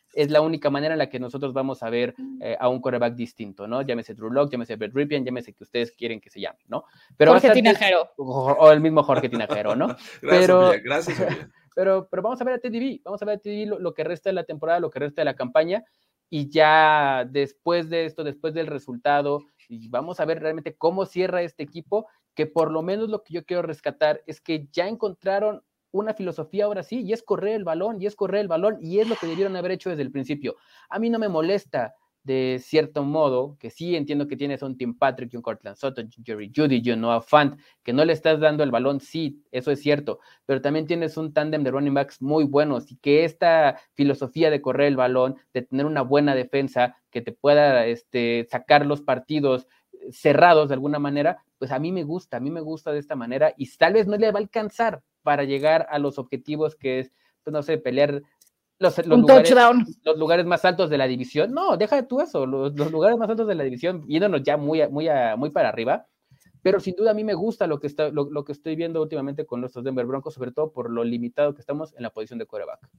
es la única manera en la que nosotros vamos a ver eh, a un quarterback distinto, ¿no? Llámese Drew Lock, llámese Brett Ripien, llámese que ustedes quieren que se llame, ¿no? Pero Jorge bastante, Tinajero. O, o el mismo Jorge Tinajero, ¿no? Gracias, pero, Sofía, gracias, Sofía. Pero, pero vamos a ver a Teddy B, vamos a ver a Teddy B lo, lo que resta de la temporada, lo que resta de la campaña, y ya después de esto, después del resultado, y vamos a ver realmente cómo cierra este equipo, que por lo menos lo que yo quiero rescatar es que ya encontraron una filosofía ahora sí, y es correr el balón, y es correr el balón, y es lo que debieron haber hecho desde el principio. A mí no me molesta, de cierto modo, que sí entiendo que tienes un Tim Patrick y un Cortland Sutton, Jerry Jeudy y un Noah Fant, que no le estás dando el balón, sí, eso es cierto, pero también tienes un tándem de running backs muy buenos, y que esta filosofía de correr el balón, de tener una buena defensa, que te pueda este, sacar los partidos cerrados de alguna manera, pues a mí me gusta, a mí me gusta de esta manera, y tal vez no le va a alcanzar para llegar a los objetivos que es, pues no sé, pelear Los, los, un lugares, touchdown. los lugares más altos de la división. No, deja tú eso, los, los lugares más altos de la división, yéndonos ya muy, muy, a, muy para arriba. Pero sin duda a mí me gusta lo que, está, lo, lo que estoy viendo últimamente con nuestros Denver Broncos, sobre todo por lo limitado que estamos en la posición de quarterback.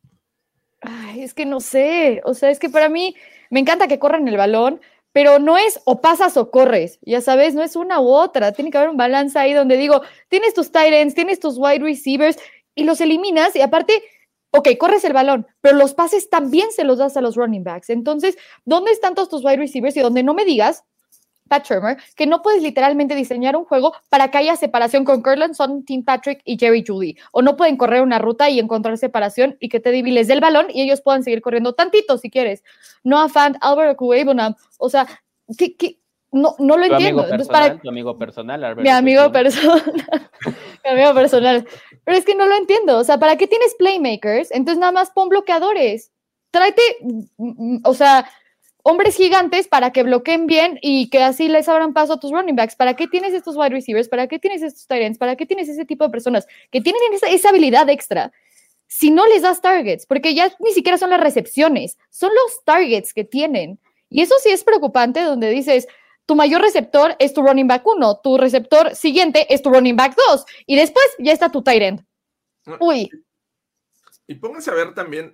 Ay, es que no sé, o sea, es que para mí me encanta que corran el balón, pero no es o pasas o corres, ya sabes, no es una u otra, tiene que haber un balance ahí donde digo, tienes tus tight ends, tienes tus wide receivers y los eliminas y aparte, ok, corres el balón, pero los pases también se los das a los running backs, entonces, ¿dónde están todos tus wide receivers? Y donde no me digas, Pat Shurmur, que no puedes literalmente diseñar un juego para que haya separación con Cortland Sutton, Tim Patrick y Jerry Jeudy, o no pueden correr una ruta y encontrar separación y que Teddy B les dé el balón y ellos puedan seguir corriendo tantito si quieres. Noah Fant, Albert Okuebonam, o sea, ¿qué, qué? No, no lo tu entiendo. Amigo personal, Entonces, para... Tu amigo personal, Albert Mi amigo Okuebonam. personal. Mi amigo personal. Pero es que no lo entiendo. O sea, ¿para qué tienes playmakers? Entonces nada más pon bloqueadores. Tráete, o sea, hombres gigantes para que bloqueen bien y que así les abran paso a tus running backs. ¿Para qué tienes estos wide receivers? ¿Para qué tienes estos tight ends? ¿Para qué tienes ese tipo de personas que tienen esa, esa habilidad extra? Si no les das targets, porque ya ni siquiera son las recepciones, son los targets que tienen. Y eso sí es preocupante, donde dices, tu mayor receptor es tu running back uno, tu receptor siguiente es tu running back dos, y después ya está tu tight end. Uy. Y pónganse a ver también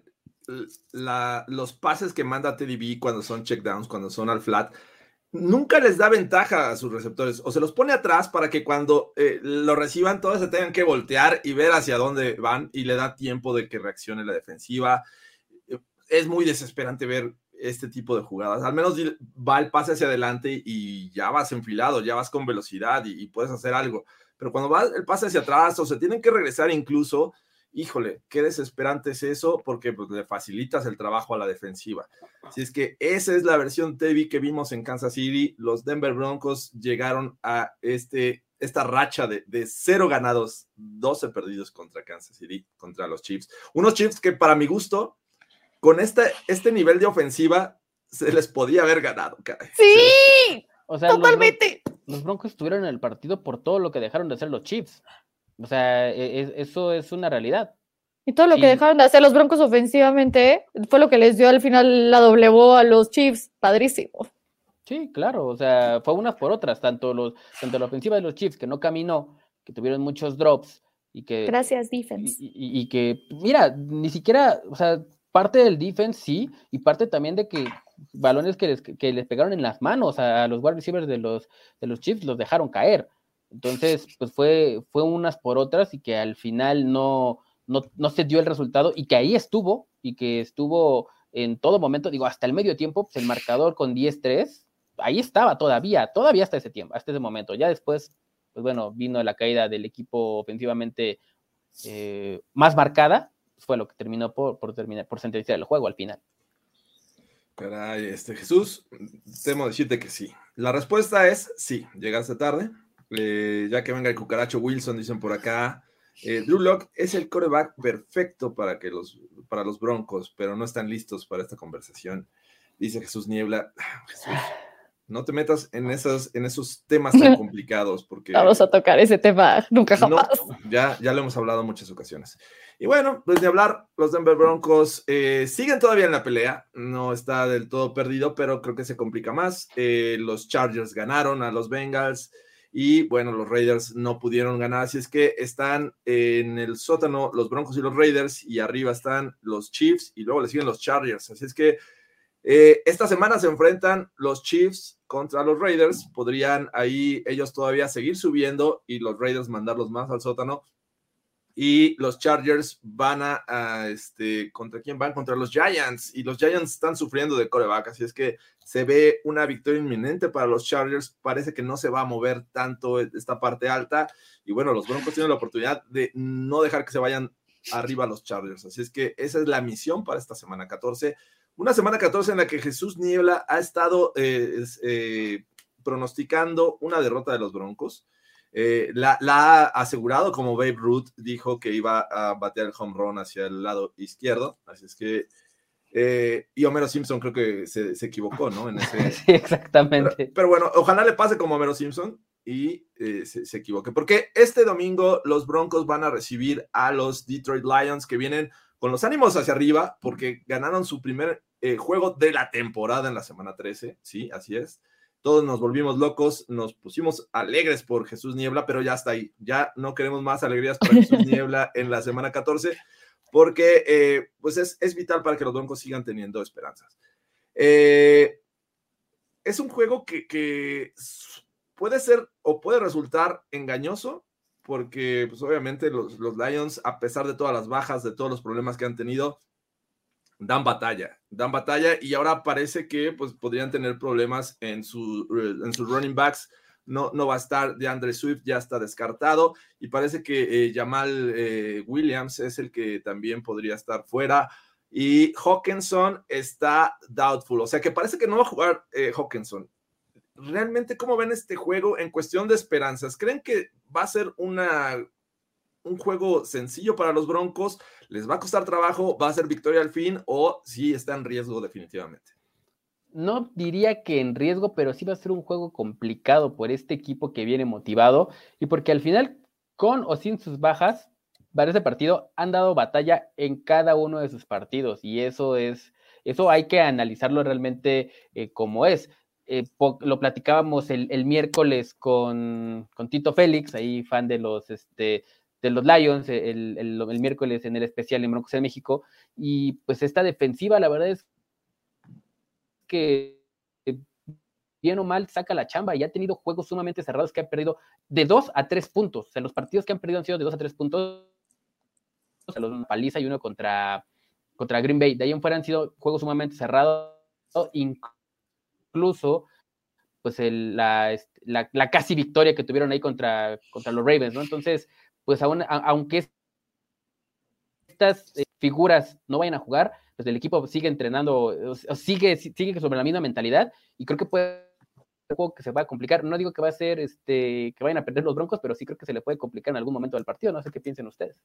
La, los pases que manda Teddy B cuando son checkdowns, cuando son al flat, nunca les da ventaja a sus receptores, o se los pone atrás para que cuando eh, lo reciban todos se tengan que voltear y ver hacia dónde van, y le da tiempo de que reaccione la defensiva. Es muy desesperante ver este tipo de jugadas. Al menos va el pase hacia adelante y ya vas enfilado, ya vas con velocidad y, y puedes hacer algo, pero cuando va el pase hacia atrás o se tienen que regresar incluso, híjole, qué desesperante es eso, porque pues, le facilitas el trabajo a la defensiva. Así es que esa es la versión T V que vimos en Kansas City. Los Denver Broncos llegaron a este, esta racha de, de cero ganados, doce perdidos contra Kansas City, contra los Chiefs. Unos Chiefs que para mi gusto, con este, este nivel de ofensiva, se les podía haber ganado. Caray. Sí, o sea, totalmente. Los, los Broncos estuvieron en el partido por todo lo que dejaron de hacer los Chiefs. O sea, es, eso es una realidad. Y todo lo sí. que dejaron de hacer los Broncos ofensivamente fue lo que les dio al final la doble a los Chiefs. Padrísimo. Sí, claro, o sea, fue unas por otras, tanto, los, tanto la ofensiva de los Chiefs, que no caminó, que tuvieron muchos drops, y que... Gracias, defense. Y, y, y que, mira, ni siquiera, o sea, parte del defense sí, y parte también de que balones que les, que les pegaron en las manos a los wide receivers de los, de los Chiefs los dejaron caer. Entonces, pues fue, fue unas por otras y que al final no, no, no se dio el resultado y que ahí estuvo y que estuvo en todo momento, digo, hasta el medio tiempo, pues el marcador con diez tres, ahí estaba todavía, todavía hasta ese tiempo, hasta ese momento. Ya después, pues bueno, vino la caída del equipo ofensivamente eh, más marcada, pues fue lo que terminó por, por, terminar, por sentenciar el juego al final. Caray, este, Jesús, temo decirte que sí. La respuesta es sí, llegaste tarde. Eh, ya que venga el cucaracho Wilson, dicen por acá. Eh, Drew Lock es el quarterback perfecto para, que los, para los Broncos, pero no están listos para esta conversación, dice Jesús Niebla. Jesús, no te metas en esos, en esos temas tan complicados, porque vamos a tocar ese tema nunca jamás. No, ya, ya lo hemos hablado en muchas ocasiones. Y bueno, pues de hablar, los Denver Broncos eh, siguen todavía en la pelea, no está del todo perdido, pero creo que se complica más. Eh, los Chargers ganaron a los Bengals. y bueno, los Raiders no pudieron ganar, así es que están en el sótano los Broncos y los Raiders, y arriba están los Chiefs, y luego le siguen los Chargers, así es que eh, esta semana se enfrentan los Chiefs contra los Raiders, podrían ahí ellos todavía seguir subiendo, y los Raiders mandarlos más al sótano, y los Chargers van a, a este, ¿contra quién van? Contra los Giants, y los Giants están sufriendo de quarterback, así es que se ve una victoria inminente para los Chargers, parece que no se va a mover tanto esta parte alta, y bueno, los Broncos tienen la oportunidad de no dejar que se vayan arriba los Chargers, así es que esa es la misión para esta semana catorce, una semana catorce en la que Jesús Niebla ha estado eh, eh, pronosticando una derrota de los Broncos. Eh, la, la ha asegurado, como Babe Ruth dijo que iba a batear el home run hacia el lado izquierdo, así es que eh, y Homero Simpson creo que se, se equivocó, ¿no? En ese, sí, exactamente. Pero, pero bueno, ojalá le pase como Homero Simpson y eh, se, se equivoque, porque este domingo los Broncos van a recibir a los Detroit Lions, que vienen con los ánimos hacia arriba, porque ganaron su primer eh, juego de la temporada en la semana trece, sí, así es. Todos nos volvimos locos, nos pusimos alegres por Jesús Niebla, pero ya está ahí. Ya no queremos más alegrías para Jesús Niebla en la semana catorce, porque eh, pues es, es vital para que los Broncos sigan teniendo esperanzas. Eh, es un juego que, que puede ser o puede resultar engañoso, porque pues obviamente los, los Lions, a pesar de todas las bajas, de todos los problemas que han tenido, dan batalla, dan batalla y ahora parece que pues, podrían tener problemas en, su, en sus running backs. No, no va a estar DeAndre Swift, ya está descartado, y parece que eh, Jamal eh, Williams es el que también podría estar fuera, y Hawkinson está doubtful, o sea que parece que no va a jugar eh, Hawkinson. ¿Realmente cómo ven este juego en cuestión de esperanzas? ¿Creen que va a ser una... un juego sencillo para los Broncos? ¿Les va a costar trabajo? ¿Va a ser victoria al fin? ¿O sí está en riesgo definitivamente? No diría que en riesgo, pero sí va a ser un juego complicado por este equipo que viene motivado y porque al final, con o sin sus bajas, para ese partido han dado batalla en cada uno de sus partidos, y eso es, eso hay que analizarlo realmente eh, como es. Eh, po- lo platicábamos el, el miércoles con, con Tito Félix, ahí fan de los este de los Lions, el, el, el miércoles en el especial en Broncos de México, y pues esta defensiva, la verdad es que bien o mal saca la chamba, y ha tenido juegos sumamente cerrados que ha perdido de dos a tres puntos. O sea, los partidos que han perdido han sido de dos a tres puntos, o sea, los paliza y uno contra, contra Green Bay. De ahí en fuera han sido juegos sumamente cerrados, incluso pues el, la, la, la casi victoria que tuvieron ahí contra, contra los Ravens, ¿no? Entonces, pues aún, a, aunque estas eh, figuras no vayan a jugar, pues el equipo sigue entrenando, o, o sigue, sigue sobre la misma mentalidad, y creo que puede ser un juego que se va a complicar. No digo que va a ser este, que vayan a perder los Broncos, pero sí creo que se le puede complicar en algún momento del partido. No sé qué piensen ustedes.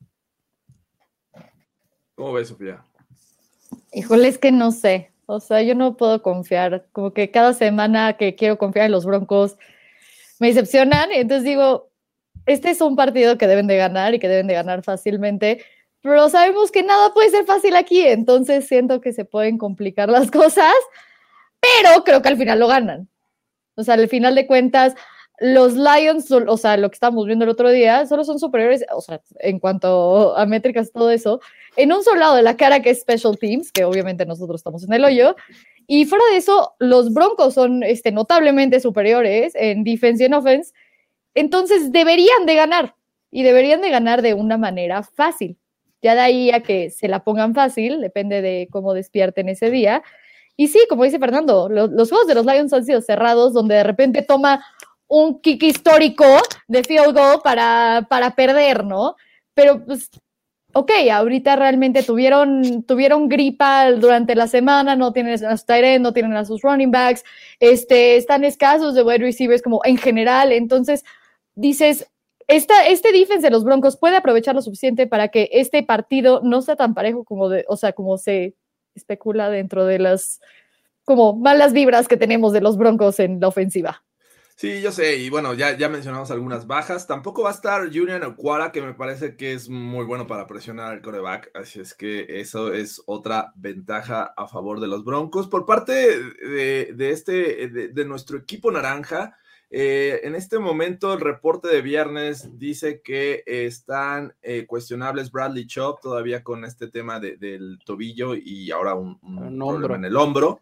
¿Cómo ves, Sofía? Híjole, es que no sé. O sea, yo no puedo confiar. Como que cada semana que quiero confiar en los Broncos me decepcionan. Y entonces digo, este es un partido que deben de ganar y que deben de ganar fácilmente. Pero sabemos que nada puede ser fácil aquí. Entonces siento que se pueden complicar las cosas. Pero creo que al final lo ganan. O sea, al final de cuentas, los Lions, o sea, lo que estábamos viendo el otro día, solo son superiores, o sea, en cuanto a métricas, todo eso, en un solo lado de la cara, que es Special Teams, que obviamente nosotros estamos en el hoyo, y fuera de eso, los Broncos son este, notablemente superiores en defense y en offense, entonces deberían de ganar, y deberían de ganar de una manera fácil. Ya de ahí a que se la pongan fácil, depende de cómo despierten ese día. Y sí, como dice Fernando, lo, los juegos de los Lions han sido cerrados, donde de repente toma un kick histórico de field goal para, para perder, ¿no? Pero, pues, ok, ahorita realmente tuvieron, tuvieron gripa durante la semana, no tienen a sus tight end, no tienen a sus running backs, este, están escasos de wide receivers como en general, entonces dices, esta, este defense de los Broncos puede aprovechar lo suficiente para que este partido no sea tan parejo como, de, o sea, como se especula dentro de las como malas vibras que tenemos de los Broncos en la ofensiva. Sí, yo sé, y bueno, ya, ya mencionamos algunas bajas. Tampoco va a estar Julian Okwara, que me parece que es muy bueno para presionar al quarterback, así es que eso es otra ventaja a favor de los Broncos. Por parte de, de este, de, de nuestro equipo naranja, Eh, en este momento el reporte de viernes dice que eh, están eh, cuestionables Bradley Chubb todavía con este tema de, del tobillo y ahora un, un, un problema en el hombro.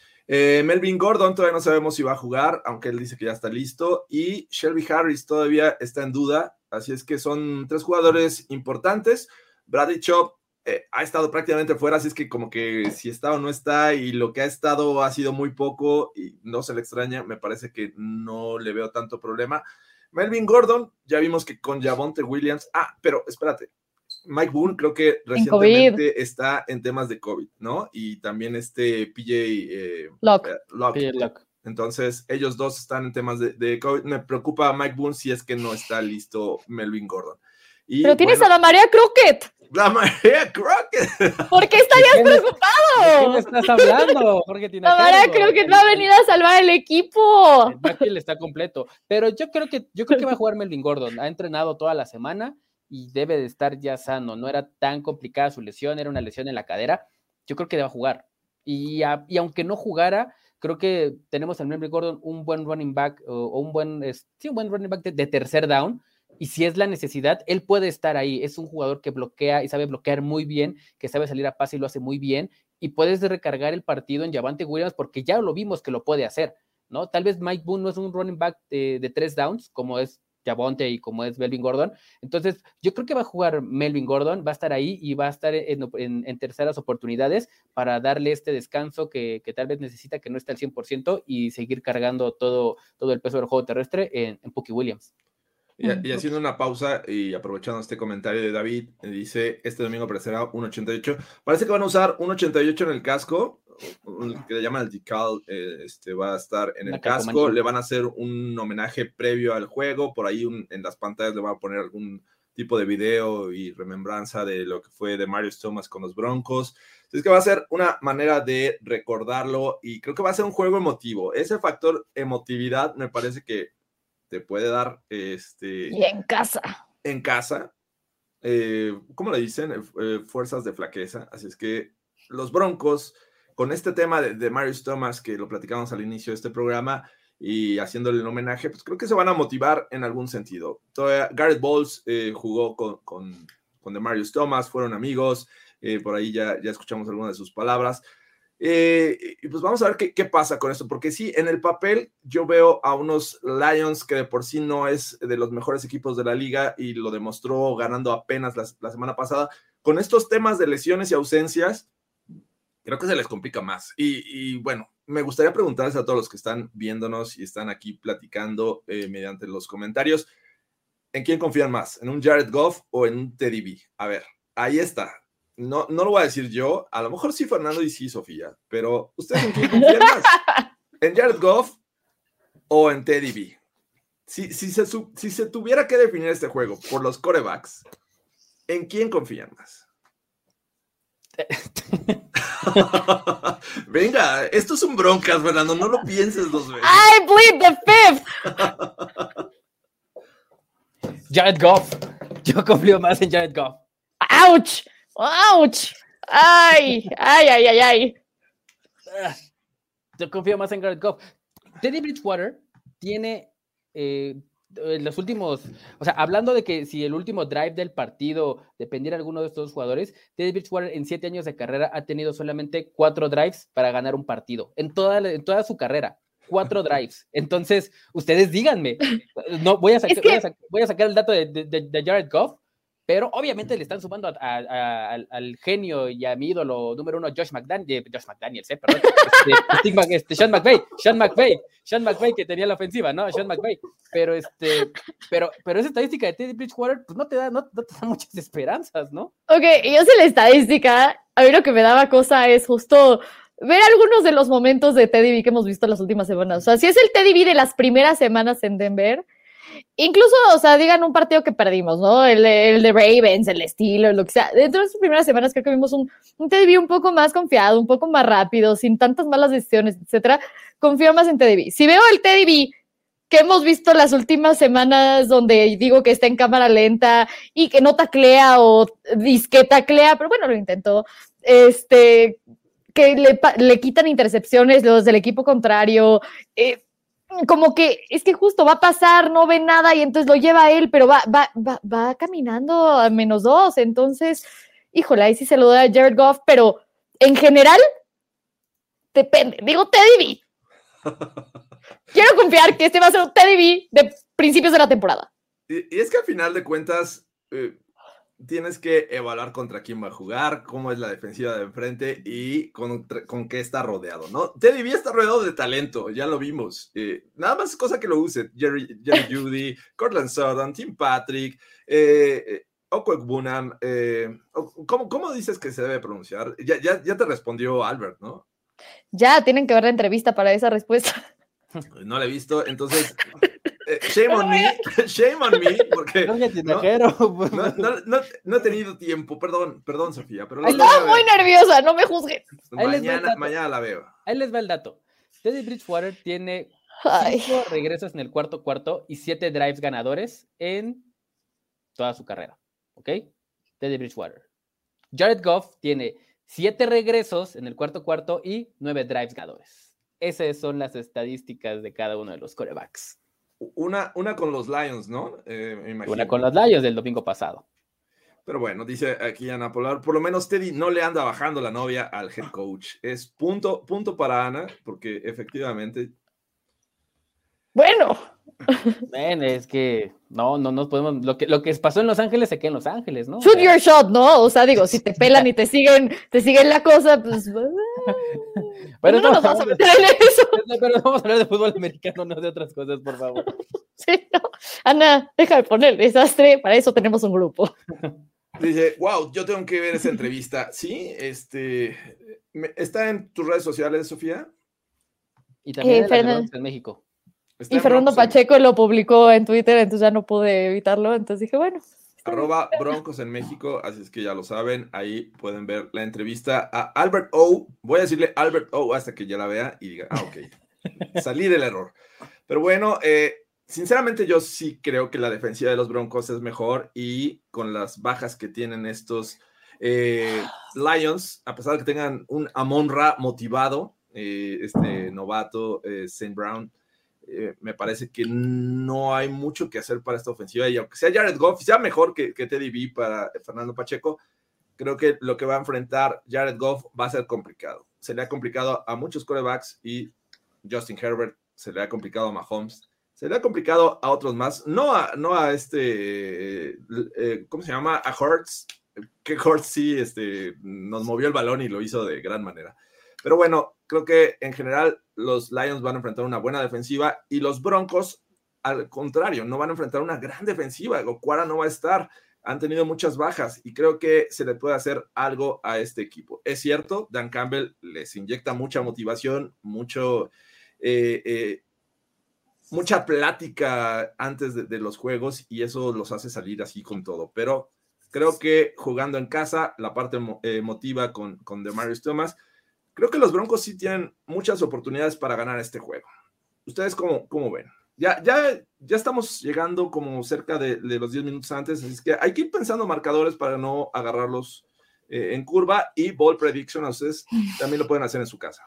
Eh, Melvin Gordon todavía no sabemos si va a jugar, aunque él dice que ya está listo, y Shelby Harris todavía está en duda, así es que son tres jugadores importantes. Bradley Chubb eh, ha estado prácticamente fuera, así es que como que si está o no está, y lo que ha estado ha sido muy poco, y no se le extraña, me parece que no le veo tanto problema. Melvin Gordon, ya vimos que con Javonte Williams, ah, pero espérate, Mike Boone creo que recientemente está en temas de COVID, ¿no? Y también este P J eh, Locke. Eh, Locke. P J Locke. Entonces, ellos dos están en temas de, de COVID. Me preocupa Mike Boone si es que no está listo Melvin Gordon. Y, pero tienes bueno, a la María Crockett. La María Crockett. ¿Por qué estarías preocupado? ¿De quién estás hablando, Jorge La María Crockett va a venir a salvar el equipo. El backfield está completo. Pero yo creo que yo creo que va a jugar Melvin Gordon. Ha entrenado toda la semana y debe de estar ya sano. No era tan complicada su lesión, era una lesión en la cadera. Yo creo que debe jugar. Y, a, y aunque no jugara, creo que tenemos al Melvin Gordon un buen running back o, o un buen, sí, un buen running back de, de tercer down. Y si es la necesidad, él puede estar ahí. Es un jugador que bloquea y sabe bloquear muy bien, que sabe salir a pase y lo hace muy bien. Y puedes recargar el partido en Javonte Williams porque ya lo vimos que lo puede hacer, ¿no? Tal vez Mike Boone no es un running back de, de tres downs, como es Javonte y como es Melvin Gordon. Entonces, yo creo que va a jugar Melvin Gordon, va a estar ahí y va a estar en, en, en terceras oportunidades para darle este descanso que, que tal vez necesita, que no está al cien por ciento, y seguir cargando todo, todo el peso del juego terrestre en, en Pookie Williams. Y, y haciendo una pausa y aprovechando este comentario de David, dice, este domingo aparecerá un ochenta y ocho. Parece que van a usar un ochenta y ocho en el casco, que le llaman el decal, eh, este, va a estar en el Una casco, calcomanía. le van a hacer un homenaje previo al juego, por ahí un, en las pantallas le van a poner algún tipo de video y remembranza de lo que fue de Marius Thomas con los Broncos. Entonces que va a ser una manera de recordarlo y creo que va a ser un juego emotivo. Ese factor emotividad me parece que te puede dar este Y en casa. en casa, eh, ¿cómo le dicen? Eh, fuerzas de flaqueza. Así es que los Broncos, con este tema de, de Marius Thomas, que lo platicamos al inicio de este programa, y haciéndole el homenaje, pues creo que se van a motivar en algún sentido. Todavía Garrett Bowles eh, jugó con, con, con Demarius Thomas, fueron amigos, eh, por ahí ya, ya escuchamos algunas de sus palabras. Eh, y pues vamos a ver qué, qué pasa con esto, porque sí, en el papel yo veo a unos Lions que de por sí no es de los mejores equipos de la liga y lo demostró ganando apenas la, la semana pasada. Con estos temas de lesiones y ausencias, creo que se les complica más. Y, y bueno, me gustaría preguntarles a todos los que están viéndonos y están aquí platicando eh, mediante los comentarios, ¿en quién confían más? ¿En un Jared Goff o en un Teddy B? A ver, ahí está. No, no lo voy a decir yo, a lo mejor sí Fernando y sí Sofía, pero ¿ustedes en quién confían más? ¿En Jared Goff o en Teddy B? Si, si, se, si se tuviera que definir este juego por los quarterbacks, ¿en quién confían más? Venga, esto es un broncas, Fernando, no lo pienses dos veces. I bleed the fifth. Jared Goff. Yo confío más en Jared Goff. Ouch. ¡Auch! ¡Ay! ¡Ay, ay, ay, ay! Yo confío más en Jared Goff. Teddy Bridgewater tiene eh, los últimos, o sea, hablando de que si el último drive del partido dependiera de alguno de estos jugadores, Teddy Bridgewater en siete años de carrera ha tenido solamente cuatro drives para ganar un partido. En toda, en toda su carrera. Cuatro drives. Entonces, ustedes díganme. No, voy a, sacar, es que... voy a, sacar, voy a sacar el dato de, de, de Jared Goff, pero obviamente le están sumando a, a, a, al, al genio y a mi ídolo número uno, Josh McDaniels, Josh McDaniels, eh, perdón, este, este, Sean McVay, Sean McVay, Sean McVay que tenía la ofensiva, ¿no? Sean McVay, pero este, pero, pero esa estadística de Teddy Bridgewater, pues no te da, no, no te da muchas esperanzas, ¿no? Ok, yo sé la estadística, a mí lo que me daba cosa es justo ver algunos de los momentos de Teddy B que hemos visto las últimas semanas. O sea, si es el Teddy B de las primeras semanas en Denver, incluso, o sea, digan un partido que perdimos, ¿no? El, el de Ravens, el estilo, lo que sea. Dentro de estas primeras semanas creo que vimos un, un Teddy B un poco más confiado, un poco más rápido, sin tantas malas decisiones, etcétera. Confío más en Teddy B. Si veo el Teddy B que hemos visto las últimas semanas donde digo que está en cámara lenta y que no taclea o disque taclea, pero bueno, lo intentó, este, que le, le quitan intercepciones los del equipo contrario, eh, como que es que justo va a pasar, no ve nada y entonces lo lleva a él, pero va, va, va, va caminando a menos dos, entonces, híjole, ahí sí se lo doy a Jared Goff, pero en general, depende, digo Teddy B. Quiero confiar que este va a ser un Teddy B de principios de la temporada. Y, y es que al final de cuentas, eh, tienes que evaluar contra quién va a jugar, cómo es la defensiva de enfrente y con, con qué está rodeado, ¿no? Teddy B está rodeado de talento, ya lo vimos. Eh, nada más cosa que lo use. Jerry, Jerry Jeudy, Cortland Sutton, Tim Patrick, eh, eh, Okwuegbunam. Eh, ¿cómo, ¿Cómo dices que se debe pronunciar? Ya, ya, ya te respondió Albert, ¿no? Ya, tienen que ver la entrevista para esa respuesta. No la he visto, entonces... Shame on me, shame on me, porque no, no, no, no, no he tenido tiempo, perdón, perdón Sofía, pero estaba muy nerviosa, no me juzgues. Mañana, mañana la veo. Ahí les va el dato. Teddy Bridgewater tiene cinco regresos en el cuarto cuarto y siete drives ganadores en toda su carrera, ¿ok? Teddy Bridgewater. Jared Goff tiene siete regresos en el cuarto cuarto y nueve drives ganadores. Esas son las estadísticas de cada uno de los quarterbacks. Una, una con los Lions, ¿no? Eh, me imagino. Una con los Lions del domingo pasado. Pero bueno, dice aquí Ana Polar, por lo menos Teddy no le anda bajando la novia al head coach. Es punto, punto para Ana, porque efectivamente... Bueno. Ven, es que no, no nos podemos... Lo que, lo que pasó en Los Ángeles se queda en Los Ángeles, ¿no? Shoot your shot, ¿no? O sea, digo, si te pelan y te siguen, te siguen la cosa, pues... Pero no nos vamos a meter en eso. Pero vamos a hablar de fútbol americano, no de otras cosas, por favor. Sí, no. Ana, deja de poner desastre, para eso tenemos un grupo. Dice, wow, yo tengo que ver esa entrevista. Sí, este, ¿está en tus redes sociales, Sofía? Y también eh, en, Fernando, en México. Está y en Fernando Broncos Pacheco en... lo publicó en Twitter, entonces ya no pude evitarlo, entonces dije, bueno. Arroba Broncos en México, así es que ya lo saben, ahí pueden ver la entrevista a Albert O. Voy a decirle Albert O hasta que ya la vea y diga, ah, ok, salí del error. Pero bueno, eh, sinceramente yo sí creo que la defensiva de los Broncos es mejor y con las bajas que tienen estos eh, Lions, a pesar de que tengan un Amon-Ra motivado, eh, este novato, eh, Saint Brown, Eh, me parece que no hay mucho que hacer para esta ofensiva y aunque sea Jared Goff, sea mejor que, que Teddy B para Fernando Pacheco, creo que lo que va a enfrentar Jared Goff va a ser complicado. Se le ha complicado a muchos quarterbacks y Justin Herbert, se le ha complicado a Mahomes, se le ha complicado a otros más, no a, no a este, eh, ¿cómo se llama? A Hurts, que Hurts sí este, nos movió el balón y lo hizo de gran manera. Pero bueno, creo que en general los Lions van a enfrentar una buena defensiva y los Broncos, al contrario, no van a enfrentar una gran defensiva. Okwara no va a estar, han tenido muchas bajas y creo que se le puede hacer algo a este equipo. Es cierto, Dan Campbell les inyecta mucha motivación, mucho, eh, eh, mucha plática antes de, de los juegos y eso los hace salir así con todo. Pero creo que jugando en casa, la parte eh, emotiva con, con Demaryius Thomas, creo que los Broncos sí tienen muchas oportunidades para ganar este juego. ¿Ustedes cómo, cómo ven? Ya, ya, ya estamos llegando como cerca de, de los diez minutos antes, así que hay que ir pensando marcadores para no agarrarlos eh, en curva y ball prediction, ustedes también lo pueden hacer en su casa.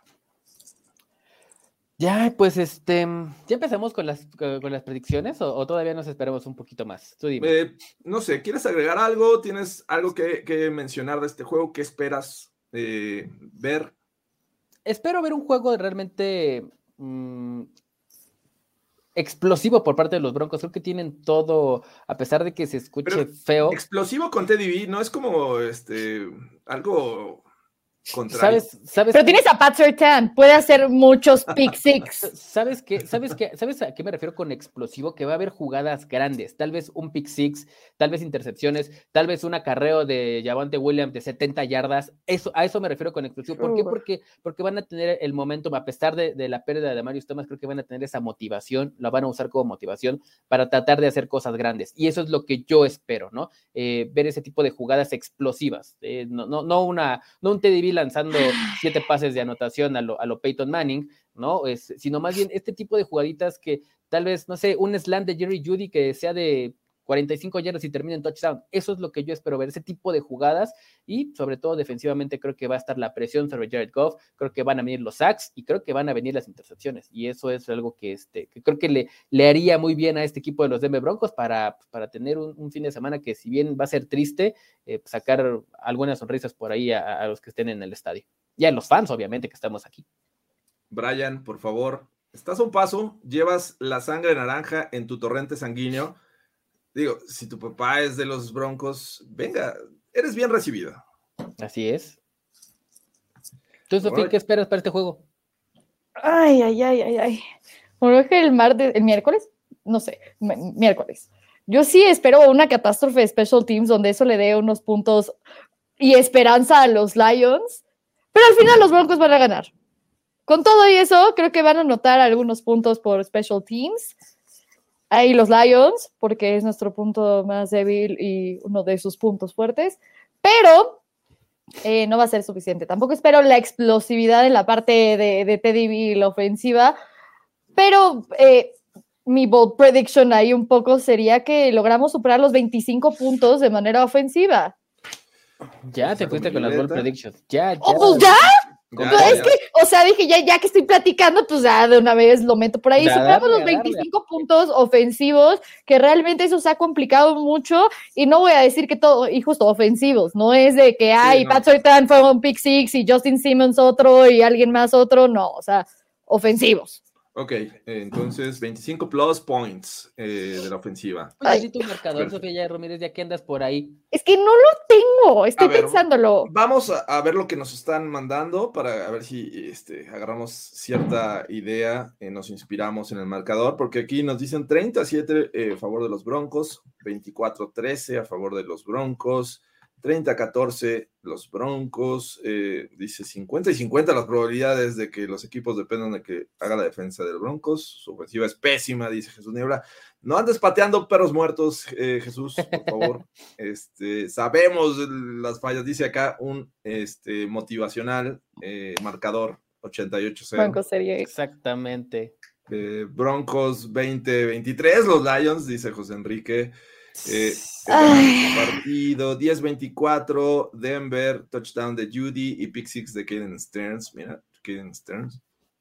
Ya, pues este, ¿ya empezamos con las, con las predicciones o, o todavía nos esperamos un poquito más? Tú dime. Eh, no sé, ¿quieres agregar algo? ¿Tienes algo que, que mencionar de este juego? ¿Qué esperas eh, ver? Espero ver un juego realmente mmm, explosivo por parte de los Broncos. Creo que tienen todo, a pesar de que se escuche Pero feo. Explosivo con Teddy B, no es como este algo contrario. ¿Sabes, sabes Pero que... tienes a Pat Surtain, puede hacer muchos pick six. ¿Sabes qué? ¿Sabes qué? ¿Sabes a qué me refiero con explosivo? Que va a haber jugadas grandes, tal vez un pick six, tal vez intercepciones, tal vez un acarreo de Javonte Williams de setenta yardas. Eso, a eso me refiero con explosivo. ¿Por qué? Porque, porque van a tener el momentum, a pesar de, de la pérdida de Demaryius Thomas, creo que van a tener esa motivación, la van a usar como motivación para tratar de hacer cosas grandes. Y eso es lo que yo espero, ¿no? Eh, ver ese tipo de jugadas explosivas. Eh, no, no, no, una, no un Teddy B lanzando siete pases de anotación a lo, a lo Peyton Manning, ¿no? Es, sino más bien este tipo de jugaditas que tal vez, no sé, un slam de Jerry Jeudy que sea de cuarenta y cinco yardas y termina en touchdown. Eso es lo que yo espero ver, ese tipo de jugadas, y sobre todo defensivamente creo que va a estar la presión sobre Jared Goff, creo que van a venir los sacks y creo que van a venir las intercepciones, y eso es algo que, este, que creo que le, le haría muy bien a este equipo de los Denver Broncos para, para tener un, un fin de semana que, si bien va a ser triste, eh, sacar algunas sonrisas por ahí a, a los que estén en el estadio, y a los fans obviamente que estamos aquí. Brian, por favor, estás a un paso, llevas la sangre naranja en tu torrente sanguíneo. Digo, si tu papá es de los Broncos, venga, eres bien recibido. Así es. ¿Tú, Sofía, qué esperas para este juego? Ay, ay, ay, ay, ay. Bueno, es que el martes, el miércoles, no sé, m- miércoles. Yo sí espero una catástrofe de Special Teams donde eso le dé unos puntos y esperanza a los Lions, pero al final los Broncos van a ganar. Con todo y eso, creo que van a anotar algunos puntos por Special Teams. Ahí los Lions, porque es nuestro punto más débil y uno de sus puntos fuertes, pero eh, no va a ser suficiente. Tampoco espero la explosividad en la parte de, de Teddy B, la ofensiva, pero eh, mi bold prediction ahí un poco sería que logramos superar los veinticinco puntos de manera ofensiva. Ya te fuiste con las bold predictions. Ya, ya. ¡Oh, pues ya! Ya, Pues ya, es ya. que, o sea, dije, ya, ya que estoy platicando, pues ya de una vez lo meto por ahí. Ya, Superamos darle, los veinticinco puntos ofensivos, que realmente eso se ha complicado mucho, y no voy a decir que todo, y justo ofensivos, no es de que, ay, no. Pat Surtain fue un pick six y Justin Simmons otro y alguien más otro, no, o sea, ofensivos. Ok, eh, entonces veinticinco plus points eh, de la ofensiva. Oye, di tu marcador, Sofía ya Ramírez, ya que andas por ahí. Es que no lo tengo, estoy A ver, pensándolo. Vamos a, a ver lo que nos están mandando para a ver si este, agarramos cierta idea, eh, nos inspiramos en el marcador, porque aquí nos dicen treinta a siete eh, a favor de los Broncos, veinticuatro a trece a favor de los Broncos, treinta a catorce los Broncos, eh, dice cincuenta y cincuenta las probabilidades de que los equipos dependan de que haga la defensa de los Broncos. Su ofensiva es pésima, dice Jesús Niebla. No andes pateando perros muertos, eh, Jesús, por favor. Este, sabemos las fallas, dice acá un este, motivacional eh, marcador ochenta y ocho cero. Broncos sería. Exactamente. Eh, Broncos veinte veintitrés, los Lions, dice José Enrique. Eh, partido diez veinticuatro, Denver, touchdown de Judy y pick six de Caden Stearns. Mira, Caden Stearns.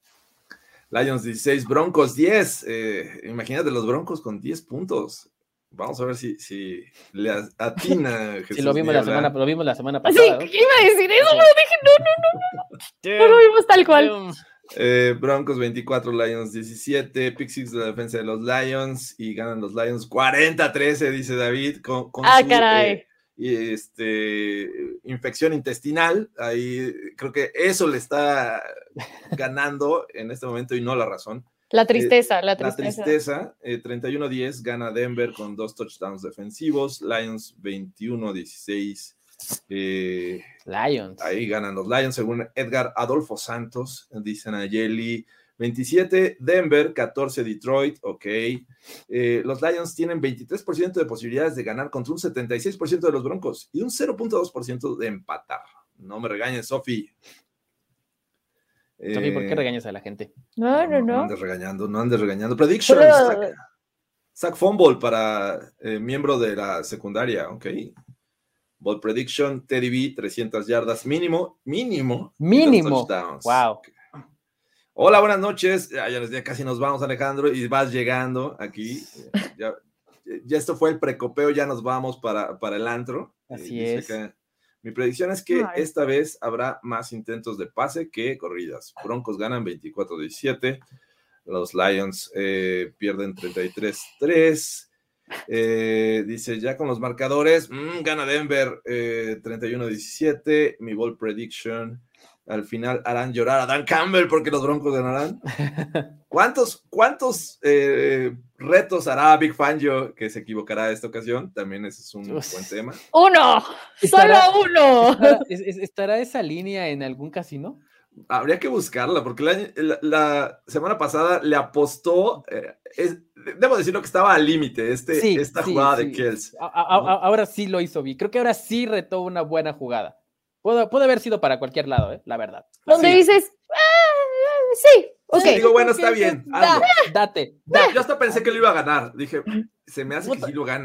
Lions dieciséis, Broncos diez. Eh, imagínate los Broncos con diez puntos. Vamos a ver si, si le atina Jesús. Sí, lo vimos, Niebla. la semana, lo vimos la semana Sí, pasada. ¿no? iba a decir eso, pero dije, no, no, no, no, no lo vimos tal cual. Eh, Broncos veinticuatro, Lions diecisiete, pick six de la defensa de los Lions y ganan los Lions cuarenta a trece, dice David, con, con Ah, su caray. eh, y este, infección intestinal. Ahí creo que eso le está ganando en este momento y no la razón. La tristeza, la La tristeza. tristeza, eh, treinta y uno a diez gana Denver con dos touchdowns defensivos, Lions veintiuno a dieciséis. Eh, Lions. Ahí ganan los Lions, según Edgar Adolfo Santos, dicen a Yeli. veintisiete Denver, catorce Detroit, ok. Eh, los Lions tienen veintitrés por ciento de posibilidades de ganar contra un setenta y seis por ciento de los Broncos y un cero punto dos por ciento de empatar. No me regañes, Sofi. Sofi, ¿por qué Eh, regañas a la gente? No, no, No no. andes regañando, no andes regañando. Predictions. Pero- Sack, sack fumble para eh, miembro de la secundaria, ok. Ball prediction, Teddy B, trescientas yardas mínimo, mínimo. y dos Mínimo. touchdowns. Wow. Hola, buenas noches. Ya, ya, ya casi nos vamos, Alejandro, y vas llegando aquí. Ya, ya esto fue el precopeo, ya nos vamos para, para el antro. Así Eh, dice es. acá, mi predicción es que Ay. esta vez habrá más intentos de pase que corridas. Broncos ganan veinticuatro a diecisiete. Los Lions eh, pierden treinta y tres a tres. Eh, dice, ya con los marcadores, mmm, gana Denver eh, treinta y uno a diecisiete. Mi ball prediction, al final harán llorar a Dan Campbell porque los Broncos ganarán. ¿Cuántos, cuántos eh, retos hará Big Fangio que se equivocará esta ocasión? También ese es un Uf. buen tema. Uno, Estará- solo uno. ¿Estará, es- es- ¿estará esa línea en algún casino? Habría que buscarla, porque la, la- la semana pasada le apostó, eh, es- debo decirlo que estaba al límite este, Sí, esta sí, jugada sí. de Kells. A- a- a- ahora sí lo hizo bien. Creo que ahora sí retó una buena jugada. Puede, puede haber sido para cualquier lado, ¿eh? La verdad. Donde Sí. dices, ah, sí, ok. Digo, bueno, está bien, hazlo. Date, Da- date. Yo hasta pensé que lo iba a ganar. Dije, se me hace que sí lo gana.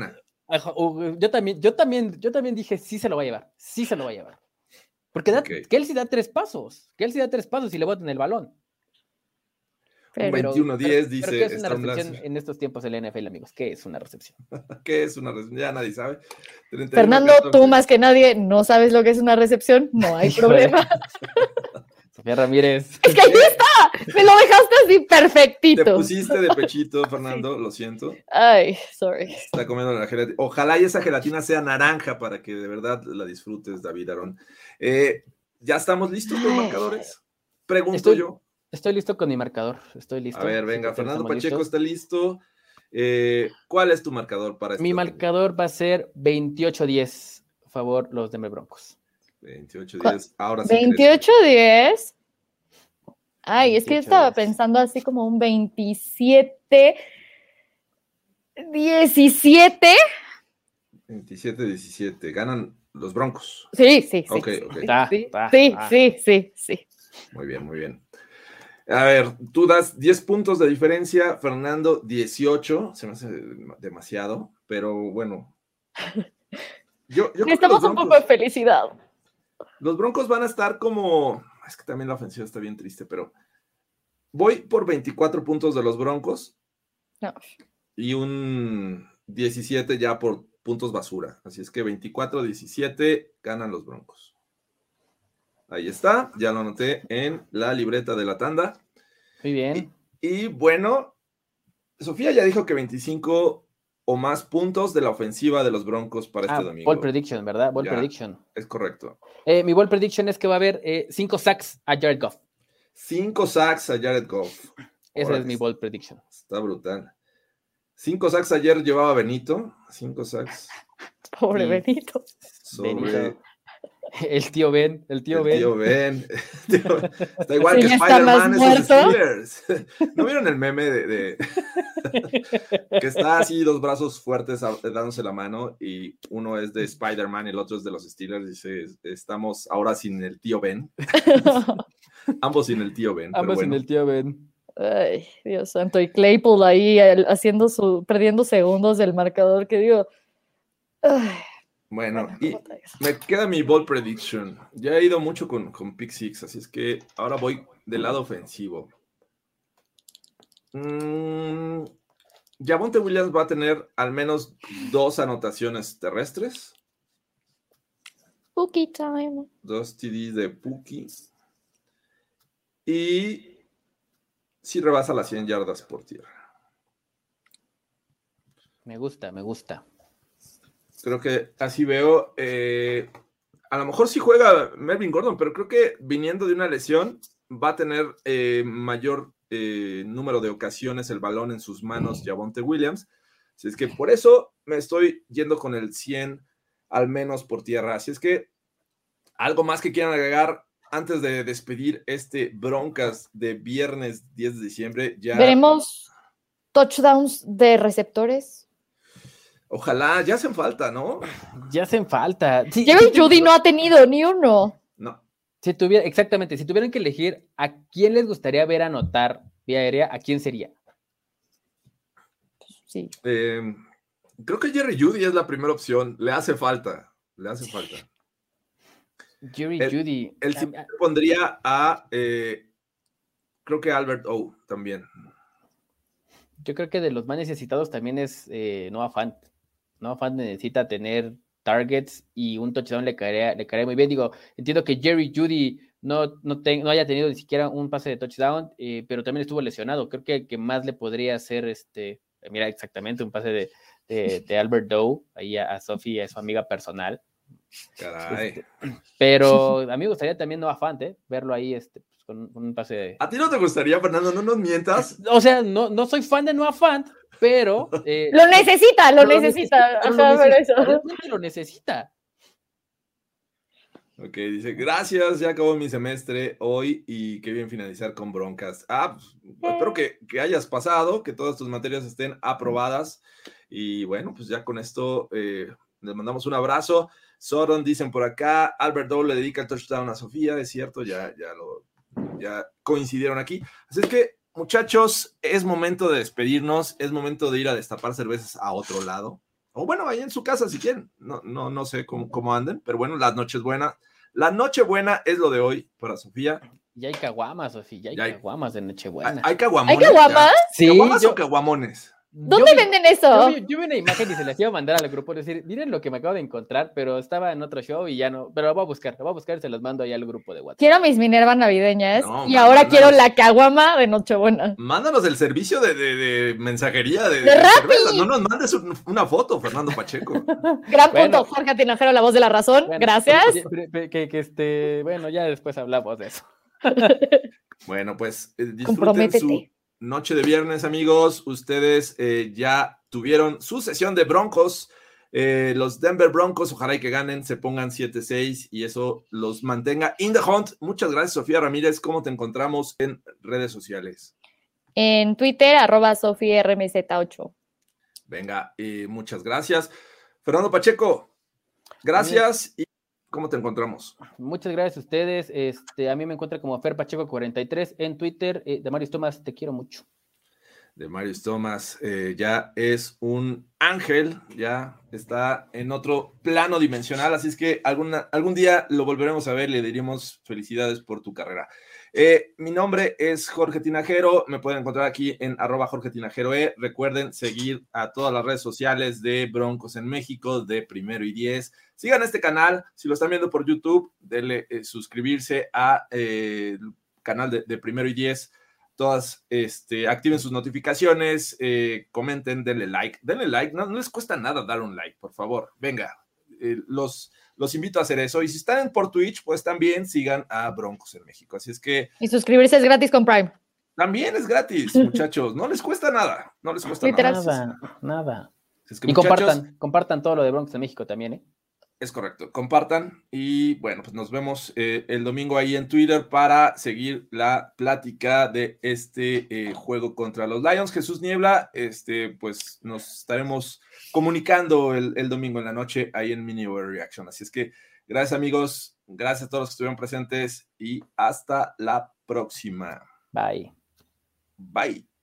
Yo también, yo también, yo también dije, sí se lo va a llevar, sí se lo va a llevar. Porque da, Okay. Kelsey da tres pasos, Kelsey da tres pasos y le botan el balón. Un Pero, veintiuno diez, dice pero ¿qué es una Storm recepción Blaster. en estos tiempos del N F L, amigos? ¿Qué es una recepción? ¿Qué es una recepción? Ya nadie sabe. treinta y uno Fernando, catorce. tú más que nadie no sabes lo que es una recepción, no hay Híjole. problema. Sofía Ramírez. Es que ahí está, me lo dejaste así Te perfectito. pusiste de pechito, Fernando, lo siento. Ay, sorry. Está comiendo la gelatina. Ojalá y esa gelatina sea naranja para que de verdad la disfrutes, David Aarón. Eh, ¿Ya estamos listos los marcadores? Pregunto Estoy- yo. Estoy listo con mi marcador. Estoy listo. A ver, venga, Sí, Fernando estamos Pacheco listos. está listo. Eh, ¿Cuál es tu marcador para este Mi domingo? marcador va a ser veintiocho diez. A favor, los Denver Broncos. veintiocho diez. Ahora sí. veintiocho diez. Ay, es que yo veintiocho estaba diez. pensando así como un veintisiete diecisiete. veintisiete diecisiete. Ganan los Broncos. Sí, sí, sí. Ok, sí, ok. sí, Ta, sí, ta, sí, ta. sí, sí, sí. Muy bien, muy bien. A ver, tú das diez puntos de diferencia, Fernando dieciocho. Se me hace demasiado, pero bueno. Yo, yo creo que Necesitamos los un poco Broncos- de felicidad. Los Broncos van a estar como. Es que también la ofensiva está bien triste, pero. Voy por veinticuatro puntos de los Broncos No. y un diecisiete ya por puntos basura. Así es que veinticuatro diecisiete ganan los Broncos. Ahí está, ya lo anoté en la libreta de la tanda. Muy bien. Y bueno, Sofía ya dijo que veinticinco o más puntos de la ofensiva de los Broncos para este Ah, domingo. ball prediction, ¿verdad? Ball Ya. prediction. Es correcto. Eh, mi ball prediction es que va a haber eh, cinco sacks a Jared Goff. Cinco sacks a Jared Goff. Ese Órale, es mi ball prediction. Está brutal. Cinco sacks ayer llevaba Benito. Cinco sacks Pobre Sí. Benito. sobre Benito. El tío Ben, el tío el Ben. tío Ben. Tío, está igual Sí, que ya está más Spider-Man esos muerto. Steelers. ¿No vieron el meme de, de- que está así, dos brazos fuertes a- dándose la mano y uno es de Spider-Man y el otro es de los Steelers? Dice, estamos ahora sin el tío Ben. Ambos sin el tío Ben. pero Ambos bueno. en el tío Ben. Ay, Dios santo. Y Claypool ahí el- haciendo su, perdiendo segundos del marcador, que digo. Ay, Bueno, bueno, y otra vez. me queda mi ball prediction. Ya he ido mucho con, con Pick Six, así es que ahora voy del lado ofensivo. Mm, Javonte Williams va a tener al menos dos anotaciones terrestres, Cookie time. dos T Ds de Puki y sí rebasa las cien yardas por tierra. Me gusta, me gusta. Creo que así veo. eh, a lo mejor sí juega Melvin Gordon, pero creo que viniendo de una lesión va a tener eh, mayor eh, número de ocasiones el balón en sus manos Javonte Williams. Así es que por eso me estoy yendo con el cien al menos por tierra. Así es que algo más que quieran agregar antes de despedir este Broncas de viernes diez de diciembre. Ya, Veremos touchdowns de receptores. ojalá, ya hacen falta, ¿no? Ya hacen falta. Sí, Jerry sí, Judy no ha tenido ni uno. No. Si tuviera, exactamente, si tuvieran que elegir a quién les gustaría ver anotar vía aérea, ¿a quién sería? Sí. Eh, creo que Jerry Jeudy es la primera opción. Le hace falta. Le hace falta. Jerry El- Judy. Él sí pondría a. eh, creo que Albert O también. Yo creo que de los más necesitados también es eh, Noah Fant. Noah Fant necesita tener targets y un touchdown le caería, le caería muy bien. Digo, entiendo que Jerry Judy no, no, te, no haya tenido ni siquiera un pase de touchdown, eh, pero también estuvo lesionado. Creo que el que más le podría hacer, este, mira, exactamente, un pase de, de, de Albert Doe, ahí a, a Sophie, a su amiga personal. Caray. Este, pero a mí me gustaría también Noah Fant, ¿eh? Verlo ahí este, pues, con, con un pase de... ¿A ti no te gustaría, Fernando? No nos mientas. O sea, no, no soy fan de Noah Fant, pero... eh, Lo necesita, lo pero necesita. pero lo Ajá, pero necesita, eso. realmente lo necesita. Ok, dice, gracias, ya acabó mi semestre hoy y qué bien finalizar con Broncas. Ah, pues, espero que, que hayas pasado, que todas tus materias estén aprobadas y bueno, pues ya con esto eh, les mandamos un abrazo. Soron, dicen por acá, Albert Doe le dedica el touchdown a Sofía, es cierto, ya, ya, lo, ya coincidieron aquí. Así es que, muchachos, es momento de despedirnos, es momento de ir a destapar cervezas a otro lado. o bueno, ahí en su casa si quieren, no, no, no sé cómo, cómo anden, pero bueno, la noche es buena. La noche buena es lo de hoy para Sofía. Ya hay caguamas, Sofía, ya hay, Ya hay- caguamas de Nochebuena. ¿Hay caguamones? ¿Hay caguamas? Sí, ¿Caguamas yo- o caguamones? ¿Dónde yo vi- venden eso? Yo vi, yo vi una imagen y se las iba a mandar al grupo, decir, miren lo que me acabo de encontrar, pero estaba en otro show y ya no, pero lo voy a buscar, lo voy a buscar y se los mando ahí al grupo de WhatsApp. Quiero mis Minerva navideñas No, y ma- ahora mándanos. quiero la caguama de Nochebuena. Mándanos el servicio de, de, de mensajería de, ¡De Rappi! cerveza. No nos mandes un- una foto, Fernando Pacheco. Gran Bueno. punto, Jorge Tinajero, la voz de la razón. Bueno, Gracias. Que, que- que- que este, bueno, ya después hablamos de eso. Bueno, pues eh, disfruten Comprométete. su noche de viernes, amigos. Ustedes eh, ya tuvieron su sesión de Broncos. Eh, los Denver Broncos, ojalá y que ganen, se pongan siete seis y eso los mantenga in the hunt. Muchas gracias, Sofía Ramírez. ¿Cómo te encontramos en redes sociales? En Twitter, arroba Sofi R M Z ocho. Venga, eh, muchas gracias. Fernando Pacheco, gracias. ¿Y cómo te encontramos? Muchas gracias a ustedes. Este, a mí me encuentra como Fer Pacheco cuarenta y tres en Twitter. Eh, Damaris Thomas, te quiero mucho. De Marius Thomas, eh, ya es un ángel, ya está en otro plano dimensional, así es que alguna, algún día lo volveremos a ver, le diríamos felicidades por tu carrera. Eh, mi nombre es Jorge Tinajero, me pueden encontrar aquí en arroba Jorge Tinajero E. Recuerden seguir a todas las redes sociales de Broncos en México, de Primero y Diez. Sigan este canal, si lo están viendo por YouTube, denle eh, suscribirse a eh, el canal de, de Primero y Diez. Todas, este, activen sus notificaciones, eh, comenten, denle like, denle like, no, no les cuesta nada dar un like, por favor, venga, eh, los, los invito a hacer eso, y si están por Twitch, pues también sigan a Broncos en México, así es que Y suscribirse es gratis con Prime. también es gratis, muchachos, no les cuesta nada, no les cuesta Literal. nada. Nada, nada. Es que, Y muchachos, compartan, compartan todo lo de Broncos en México también, ¿eh? es correcto, compartan y bueno, pues nos vemos eh, el domingo ahí en Twitter para seguir la plática de este eh, juego contra los Lions. Jesús Niebla, este, pues nos estaremos comunicando el, el domingo en la noche ahí en Mini Overreaction. Así es que gracias amigos, gracias a todos los que estuvieron presentes y hasta la próxima. Bye. Bye.